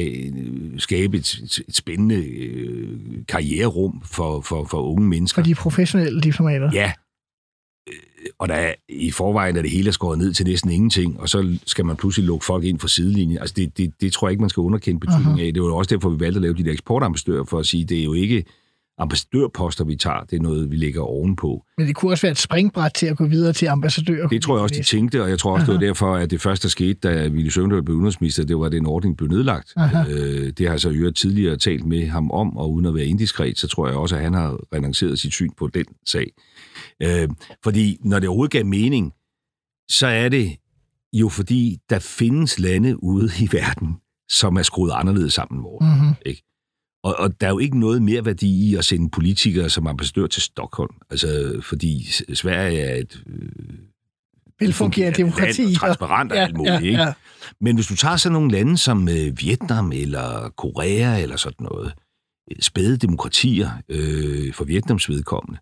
øh, skabe et, et, et spændende øh, karriererum for, for, for unge mennesker. For de professionelle diplomater. Ja, og der er, i forvejen er det hele skåret ned til næsten ingenting, og så skal man pludselig lukke folk ind fra sidelinjen. Altså det, det, det tror jeg ikke, man skal underkende betydningen af. Det var også derfor, vi valgte at lave de der eksportambassadører, for at sige, det er jo ikke ambassadørposter, vi tager, det er noget, vi lægger ovenpå. Men det kunne også være et springbræt til at gå videre til ambassadører. Det tror jeg også, de tænkte, og jeg tror også, Aha. det var derfor, at det første, der skete, da Villy Søvndal blev udenrigsminister, det var, at den ordning blev nedlagt. Øh, det har jeg så øvrigt tidligere talt med ham om, og uden at være indiskret, så tror jeg også, at han har renonceret sit syn på den sag. Øh, fordi når det overhovedet gav mening, så er det jo fordi, der findes lande ude i verden, som er skruet anderledes sammen hvor, mm-hmm. ikke? Og, og der er jo ikke noget mere værdi i at sende politikere som ambassadør til Stockholm. Altså, fordi Sverige er et øh, velfungerende demokrati. Transparent og ja, alt muligt, ja, ikke? Ja. Men hvis du tager sådan nogle lande som øh, Vietnam eller Korea eller sådan noget, spæde demokratier øh, for Vietnams vedkommende,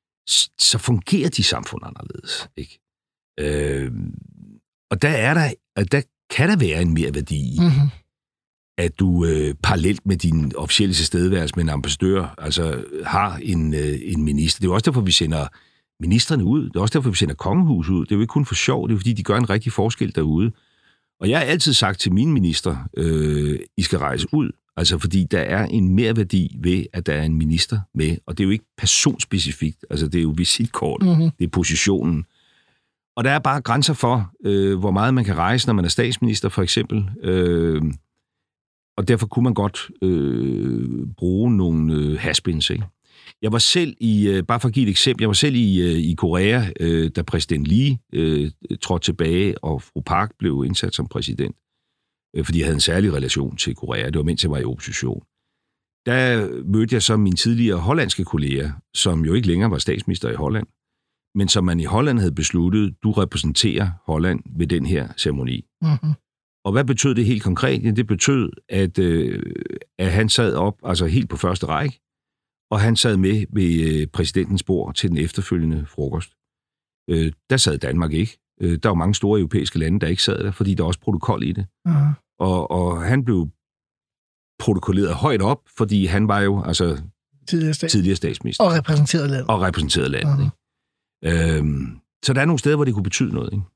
så fungerer de samfund anderledes, ikke? Øh, og der er der, der kan der være en mere værdi i, mm-hmm. at du øh, parallelt med din officielle tilstedeværelse med en ambassadør, altså har en, øh, en minister. Det er jo også derfor, vi sender ministerne ud. Det er også derfor, vi sender kongehuset ud. Det er jo ikke kun for sjov, det er fordi, de gør en rigtig forskel derude. Og jeg har altid sagt til mine minister, øh, I skal rejse ud, altså fordi der er en merværdi ved, at der er en minister med, og det er jo ikke personspecifikt, altså det er jo visitkort, mm-hmm. det er positionen. Og der er bare grænser for, øh, hvor meget man kan rejse, når man er statsminister, for eksempel. Øh, og derfor kunne man godt øh, bruge nogle øh, haspins, ikke? Jeg var selv i, øh, bare for at give et eksempel, jeg var selv i, øh, i Korea, øh, da præsident Lee øh, trådte tilbage, og fru Park blev indsat som præsident, øh, fordi jeg havde en særlig relation til Korea. Det var mens jeg var i opposition. Der mødte jeg så min tidligere hollandske kollega, som jo ikke længere var statsminister i Holland, men som man i Holland havde besluttet, du repræsenterer Holland ved den her ceremoni. Mm-hmm. Og hvad betød det helt konkret? Ja, det betød, at, øh, at han sad op, altså helt på første række, og han sad med ved øh, præsidentens bord til den efterfølgende frokost. Øh, der sad Danmark ikke. Øh, der var mange store europæiske lande, der ikke sad der, fordi der er også protokol i det. Mm-hmm. Og, og han blev protokolleret højt op, fordi han var jo altså tidligere, stats- tidligere statsminister. Og repræsenterede landet. Og repræsenterede landet, mm-hmm. ikke? Øhm, så der er nogle steder, hvor det kunne betyde noget, ikke?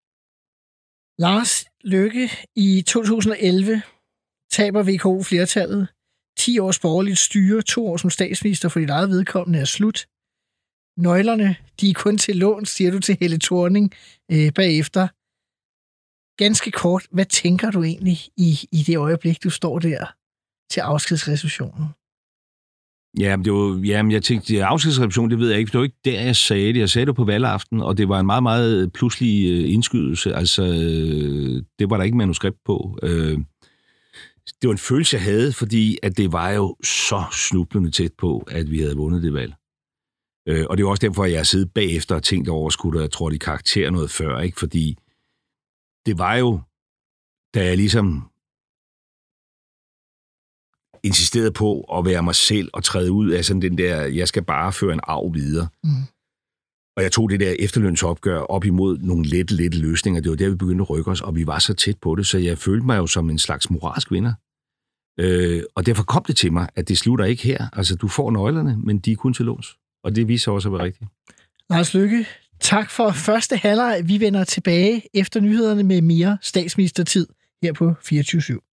Lars Løkke, i to tusind og elleve taber V K O flertallet. ti års borgerligt styre, to år som statsminister for dit eget vedkommende er slut. Nøglerne, de er kun til lån, siger du til Helle Thorning øh, bagefter. Ganske kort, hvad tænker du egentlig i, i det øjeblik, du står der til afskedsreceptionen? Jamen, det var, jamen, jeg tænkte, afskedsreception, det ved jeg ikke, det var ikke der, jeg sagde det. Jeg sagde det på valgaften, og det var en meget, meget pludselig indskydelse. Altså, det var der ikke manuskript på. Det var en følelse, jeg havde, fordi at det var jo så snublende tæt på, at vi havde vundet det valg. Og det er også derfor, at jeg har siddet bagefter og tænkt over, skulle der trådt i karakter noget før, ikke? Fordi det var jo, da jeg ligesom insisterede på at være mig selv og træde ud af sådan den der, jeg skal bare føre en arv videre. Mm. Og jeg tog det der efterlønsopgør op imod nogle lette, lette løsninger. Det var der, vi begyndte at rykke os, og vi var så tæt på det, så jeg følte mig jo som en slags moralsk vinder. Øh, og derfor kom det til mig, at det slutter ikke her. Altså, du får nøglerne, men de er kun til låns. Og det viser også at være rigtigt. Lars Løkke, tak for første halvleg. Vi vender tilbage efter nyhederne med mere statsministertid her på fireogtyve syv.